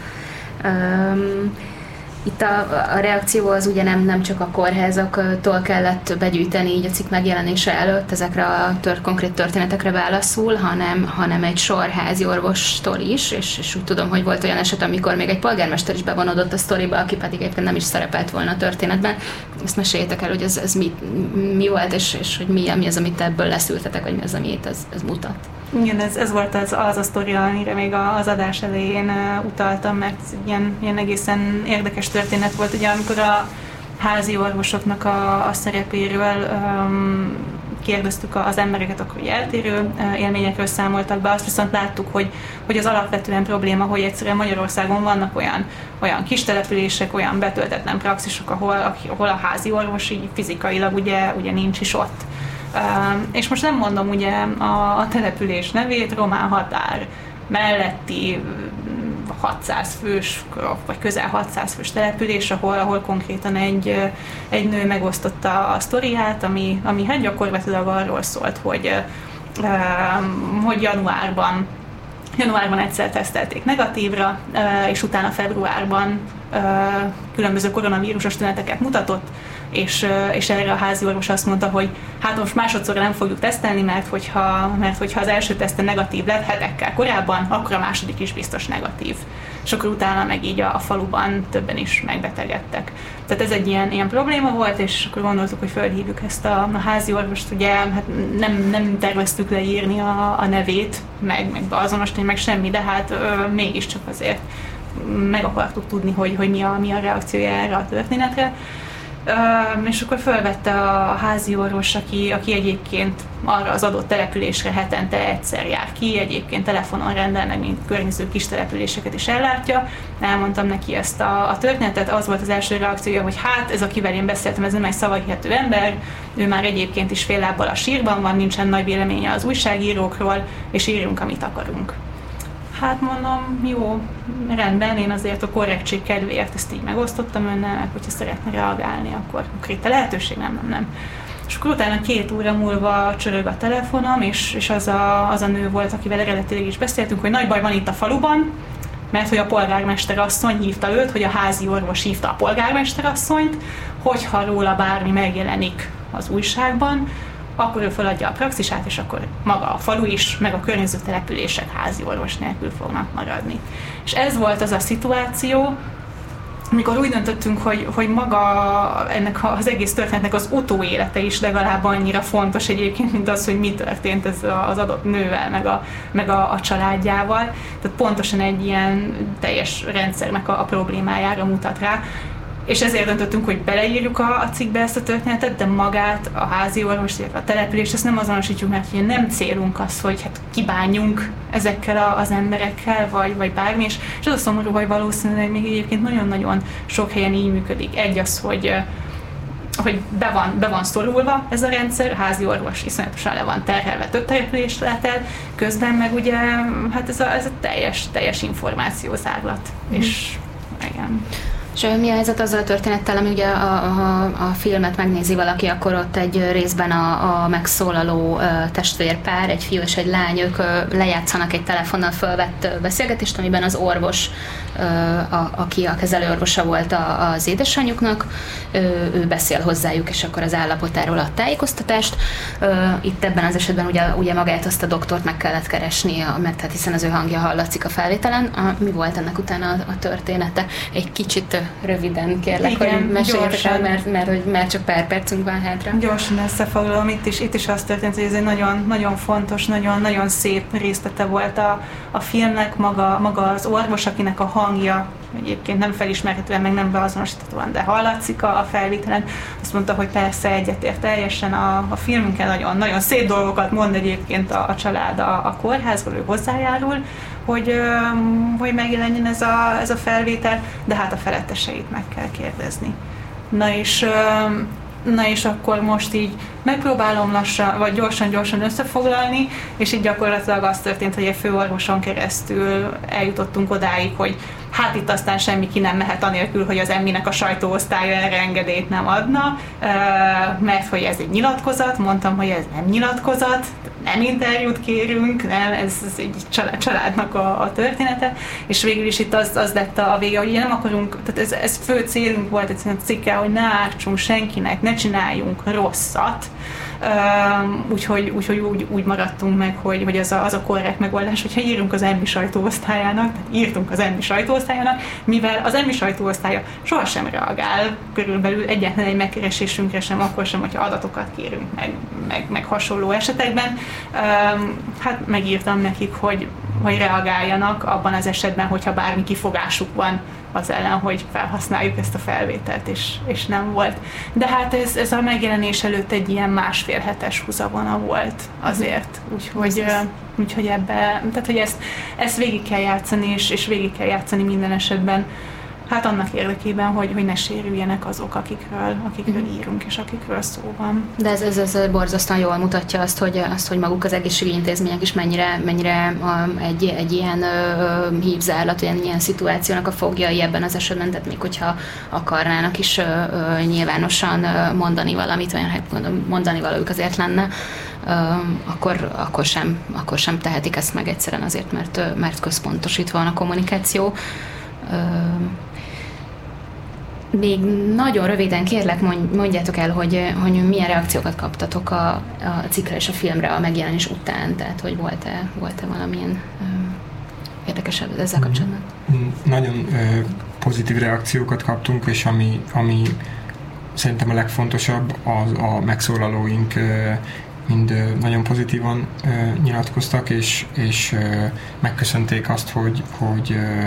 Um, itt a, a reakció az ugye nem, nem csak a kórházaktól kellett begyűjteni így a cikk megjelenése előtt ezekre a tör, konkrét történetekre válaszul, hanem, hanem egy sor házi orvostól is, és, és úgy tudom, hogy volt olyan eset, amikor még egy polgármester is bevonódott a sztoriba, aki pedig egyébként nem is szerepelt volna a történetben. Ezt meséljétek el, hogy ez, ez mi, mi volt, és, és hogy mi, mi az, amit ebből leszűrtetek, vagy mi az, amit ez, ez mutat. Igen, ez, ez volt az, az a sztori, amire még az adás elején uh, utaltam, mert ilyen, ilyen egészen érdekes történet volt, ugye amikor a házi orvosoknak a, a szerepéről um, kérdeztük az embereket, akkor eltérő uh, élményekről számoltak be, azt viszont láttuk, hogy, hogy az alapvetően probléma, hogy egyszerűen Magyarországon vannak olyan, olyan kis települések, olyan betöltetlen praxisok, ahol, ahol a házi orvos így fizikailag ugye, ugye nincs is ott. Uh, és most nem mondom ugye a, a település nevét, román határ melletti hatszáz fős, vagy közel hatszáz fős település, ahol, ahol konkrétan egy, egy nő megosztotta a sztoriát, ami, ami hát gyakorlatilag arról szólt, hogy, uh, hogy januárban, januárban egyszer tesztelték negatívra, uh, és utána februárban uh, különböző koronavírusos tüneteket mutatott, És, és erre a házi orvos azt mondta, hogy hát most másodszorra nem fogjuk tesztelni, mert hogyha, mert hogyha az első teszten negatív lett hetekkel korábban, akkor a második is biztos negatív. És akkor utána meg így a, a faluban többen is megbetegedtek. Tehát ez egy ilyen, ilyen probléma volt, és akkor gondoltuk, hogy felhívjuk ezt a, a házi orvost, ugye hát nem, nem terveztük leírni a, a nevét, meg, meg beazonosítani, meg semmi, de hát ö, mégiscsak azért meg akartuk tudni, hogy, hogy mi, a, mi a reakciója erre a történetre. Uh, és akkor felvette a házi orvos, aki, aki egyébként arra az adott településre hetente egyszer jár ki, egyébként telefonon rendel meg, mint környező kis településeket is ellátja. Elmondtam neki ezt a, a történetet, az volt az első reakciója, hogy hát ez, akivel én beszéltem, ez nem egy szavahihető ember, ő már egyébként is fél lábbal a sírban van, nincsen nagy véleménye az újságírókról, és írjunk, amit akarunk. Hát mondom, jó, rendben, én azért a korrektség kedvéért ezt így megosztottam önnel, meg hogyha szeretne reagálni, akkor, akkor itt a lehetőség, nem, nem, nem. És akkor utána két óra múlva csörög a telefonom, és, és az, a, az a nő volt, akivel eredetileg is beszéltünk, hogy nagy baj van itt a faluban, mert hogy a polgármester asszony hívta őt, hogy a házi orvos hívta a polgármester asszonyt, hogyha róla bármi megjelenik az újságban, akkor ő feladja a praxisát, és akkor maga a falu is, meg a környező települések házi orvos nélkül fognak maradni. És ez volt az a szituáció, amikor úgy döntöttünk, hogy, hogy maga ennek az egész történetnek az utóélete is legalább annyira fontos egyébként, mint az, hogy mi történt ez az adott nővel, meg a, meg a, a családjával. Tehát pontosan egy ilyen teljes rendszernek a, a problémájára mutat rá. És ezért döntöttünk, hogy beleírjuk a, a cikkbe ezt a történetet, de magát, a házi orvost, illetve a települést, ezt nem azonosítjuk, mert ugye nem célunk az, hogy hát kibánjunk ezekkel a, az emberekkel, vagy, vagy bármi, és, és az a szomorú, hogy valószínűleg még egyébként nagyon-nagyon sok helyen így működik. Egy az, hogy hogy be van, be van szorulva ez a rendszer, a házi orvos iszonyatosan le van terhelve, több települést lát el, közben meg ugye hát ez a, ez a teljes, teljes információzárlat, mm. és igen. És mi a helyzet azzal a történettel, ami ugye a, a, a filmet megnézi valaki, akkor ott egy részben a, a megszólaló uh, testvérpár, egy fiú és egy lány, ők uh, lejátszanak egy telefonnal fölvett uh, beszélgetést, amiben az orvos, uh, a, aki a kezelőorvosa volt a, az édesanyjuknak, uh, ő beszél hozzájuk, és akkor az állapotáról a tájékoztatást. Uh, itt ebben az esetben ugye, ugye magát azt a doktort meg kellett keresni, mert hát hiszen az ő hangja hallatszik a felvételen. Uh, mi volt ennek utána a, a története? Egy kicsit röviden kérlek, igen, hogy meséljetek el, mert, mert, mert, mert csak pár percünk van hátra. Gyorsan összefoglalom, itt is, itt is az történt, hogy ez egy nagyon, nagyon fontos, nagyon, nagyon szép részlete volt a, a filmnek, maga, maga az orvos, akinek a hangja egyébként nem felismerhetően, meg nem beazonosíthatóan, de hallatszik a felvételen. Azt mondta, hogy persze egyetért teljesen a, a filmünkkel, nagyon, nagyon szép dolgokat mond egyébként a, a család a, a kórházról, ő hozzájárul, hogy, hogy megjelenjen ez a, ez a felvétel, de hát a feletteseit meg kell kérdezni. Na és, na és akkor most így megpróbálom lassan, vagy gyorsan-gyorsan összefoglalni, és így gyakorlatilag az történt, hogy egy főorvoson keresztül eljutottunk odáig, hogy hát itt aztán semmi ki nem mehet anélkül, hogy az emminek a sajtóosztálya erre engedélyt nem adna, mert hogy ez egy nyilatkozat, mondtam, hogy ez nem nyilatkozat, nem interjút kérünk, nem, ez, ez egy család, családnak a, a története, és végül is itt az, az lett a vége, hogy nem akarunk, tehát ez, ez fő célunk volt egy cikkel, hogy ne ártsunk senkinek, ne csináljunk rosszat, Uh, úgyhogy, úgyhogy úgy, úgy maradtunk meg, hogy, hogy az, a, az a korrekt megoldás, hogyha írunk az emmi sajtóosztályának, tehát írtunk az emmi sajtóosztályának, mivel az emmi sajtóosztálya sohasem reagál körülbelül egyetlen egy megkeresésünkre sem, akkor sem, hogyha adatokat kérünk meg, meg, meg hasonló esetekben. Uh, hát megírtam nekik, hogy, hogy reagáljanak abban az esetben, hogyha bármi kifogásuk van az ellen, hogy felhasználjuk ezt a felvételt, és, és nem volt. De hát ez, ez a megjelenés előtt egy ilyen másfél hetes húzavona volt azért, úgyhogy, úgyhogy ebbe, tehát hogy ezt, ezt végig kell játszani, és, és végig kell játszani minden esetben, hát annak érdekében, hogy, hogy ne sérüljenek azok, akikről, akikről írunk, és akikről szó van. De ez, ez, ez borzasztóan jól mutatja azt, hogy, azt, hogy maguk az egészségügyi intézmények is mennyire, mennyire a, egy, egy ilyen ö, hívzárlat, ilyen, ilyen szituációnak a fogjai ebben az esetben, tehát még hogyha akarnának is ö, ö, nyilvánosan ö, mondani valamit, olyan hát mondani valójuk azért lenne, ö, akkor, akkor, sem, akkor sem tehetik ezt meg egyszerűen azért, mert, mert központosítva van a kommunikáció. Ö, Még nagyon röviden kérlek, mondjátok el, hogy, hogy milyen reakciókat kaptatok a, a cikkre és a filmre a megjelenés után, tehát hogy volt-e, volt-e valamilyen ö, érdekesebb ezzel kapcsolatban? Nagyon ö, pozitív reakciókat kaptunk, és ami, ami szerintem a legfontosabb, az a megszólalóink ö, mind ö, nagyon pozitívan ö, nyilatkoztak, és, és ö, megköszönték azt, hogy, hogy ö,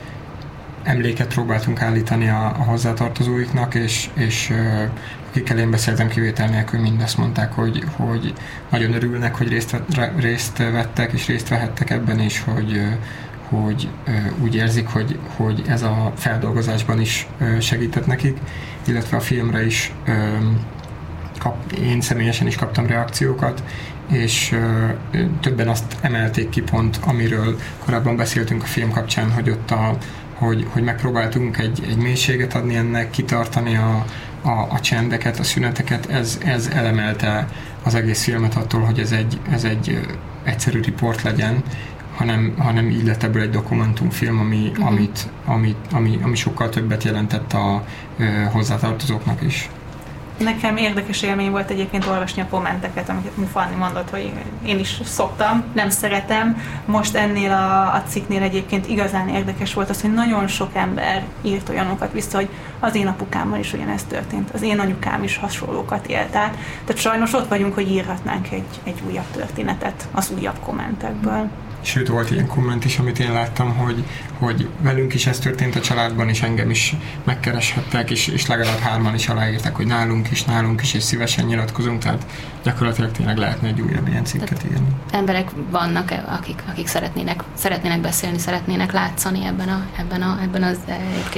emléket próbáltunk állítani a, a hozzátartozóiknak, és, és uh, akikkel én beszéltem kivétel nélkül, mind azt mondták, hogy, hogy nagyon örülnek, hogy részt, vett, részt vettek, és részt vehettek ebben, és hogy, uh, hogy uh, úgy érzik, hogy, hogy ez a feldolgozásban is uh, segített nekik, illetve a filmre is um, kap, én személyesen is kaptam reakciókat, és uh, többen azt emelték ki pont, amiről korábban beszéltünk a film kapcsán, hogy ott a Hogy, hogy megpróbáltunk egy, egy mélységet adni ennek, kitartani a, a, a csendeket, a szüneteket, ez, ez elemelte az egész filmet attól, hogy ez egy, ez egy egyszerű riport legyen, hanem, hanem így lett ebből egy dokumentumfilm, ami, mm-hmm. amit, amit, ami, ami sokkal többet jelentett a, a hozzátartozóknak is. Nekem érdekes élmény volt egyébként olvasni a kommenteket, amiket Fanni mondott, hogy én is szoktam, nem szeretem. Most ennél a, a cikknél egyébként igazán érdekes volt az, hogy nagyon sok ember írt olyanokat vissza, hogy az én apukámmal is ugyanezt történt, az én anyukám is hasonlókat élt át. Tehát sajnos ott vagyunk, hogy írhatnánk egy, egy újabb történetet az újabb kommentekből. Sőt, volt ilyen komment is, amit én láttam, hogy, hogy velünk is ez történt a családban, és engem is megkereshettek, és, és legalább hárman is aláírták, hogy nálunk is, nálunk is, és szívesen nyilatkozunk, tehát gyakorlatilag tényleg lehetne egy újabb ilyen cikket írni. Emberek vannak, akik, akik szeretnének, szeretnének beszélni, szeretnének látszani ebben, a, ebben, a, ebben az egyébként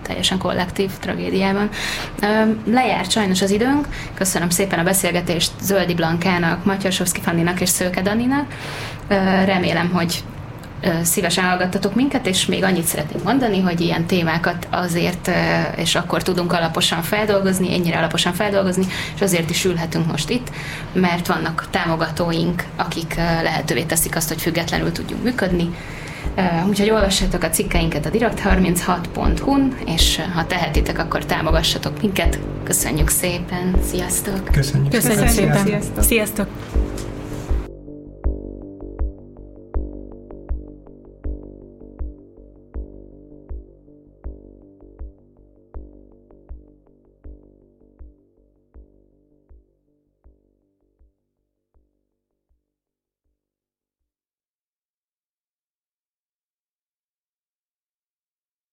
teljesen kollektív tragédiában. Lejárt sajnos az időnk. Köszönöm szépen a beszélgetést Zöldi Blankának, Matyasovszki Fanninak és Szőke Daninak. Remélem, hogy szívesen hallgattatok minket, és még annyit szeretnék mondani, hogy ilyen témákat azért, és akkor tudunk alaposan feldolgozni, ennyire alaposan feldolgozni, és azért is ülhetünk most itt, mert vannak támogatóink, akik lehetővé teszik azt, hogy függetlenül tudjunk működni. Úgyhogy olvassátok a cikkeinket a direkt harminchat pont hu-n, és ha tehetitek, akkor támogassatok minket. Köszönjük szépen, sziasztok! Köszönjük, Köszönjük szépen! szépen! Sziasztok! Sziasztok.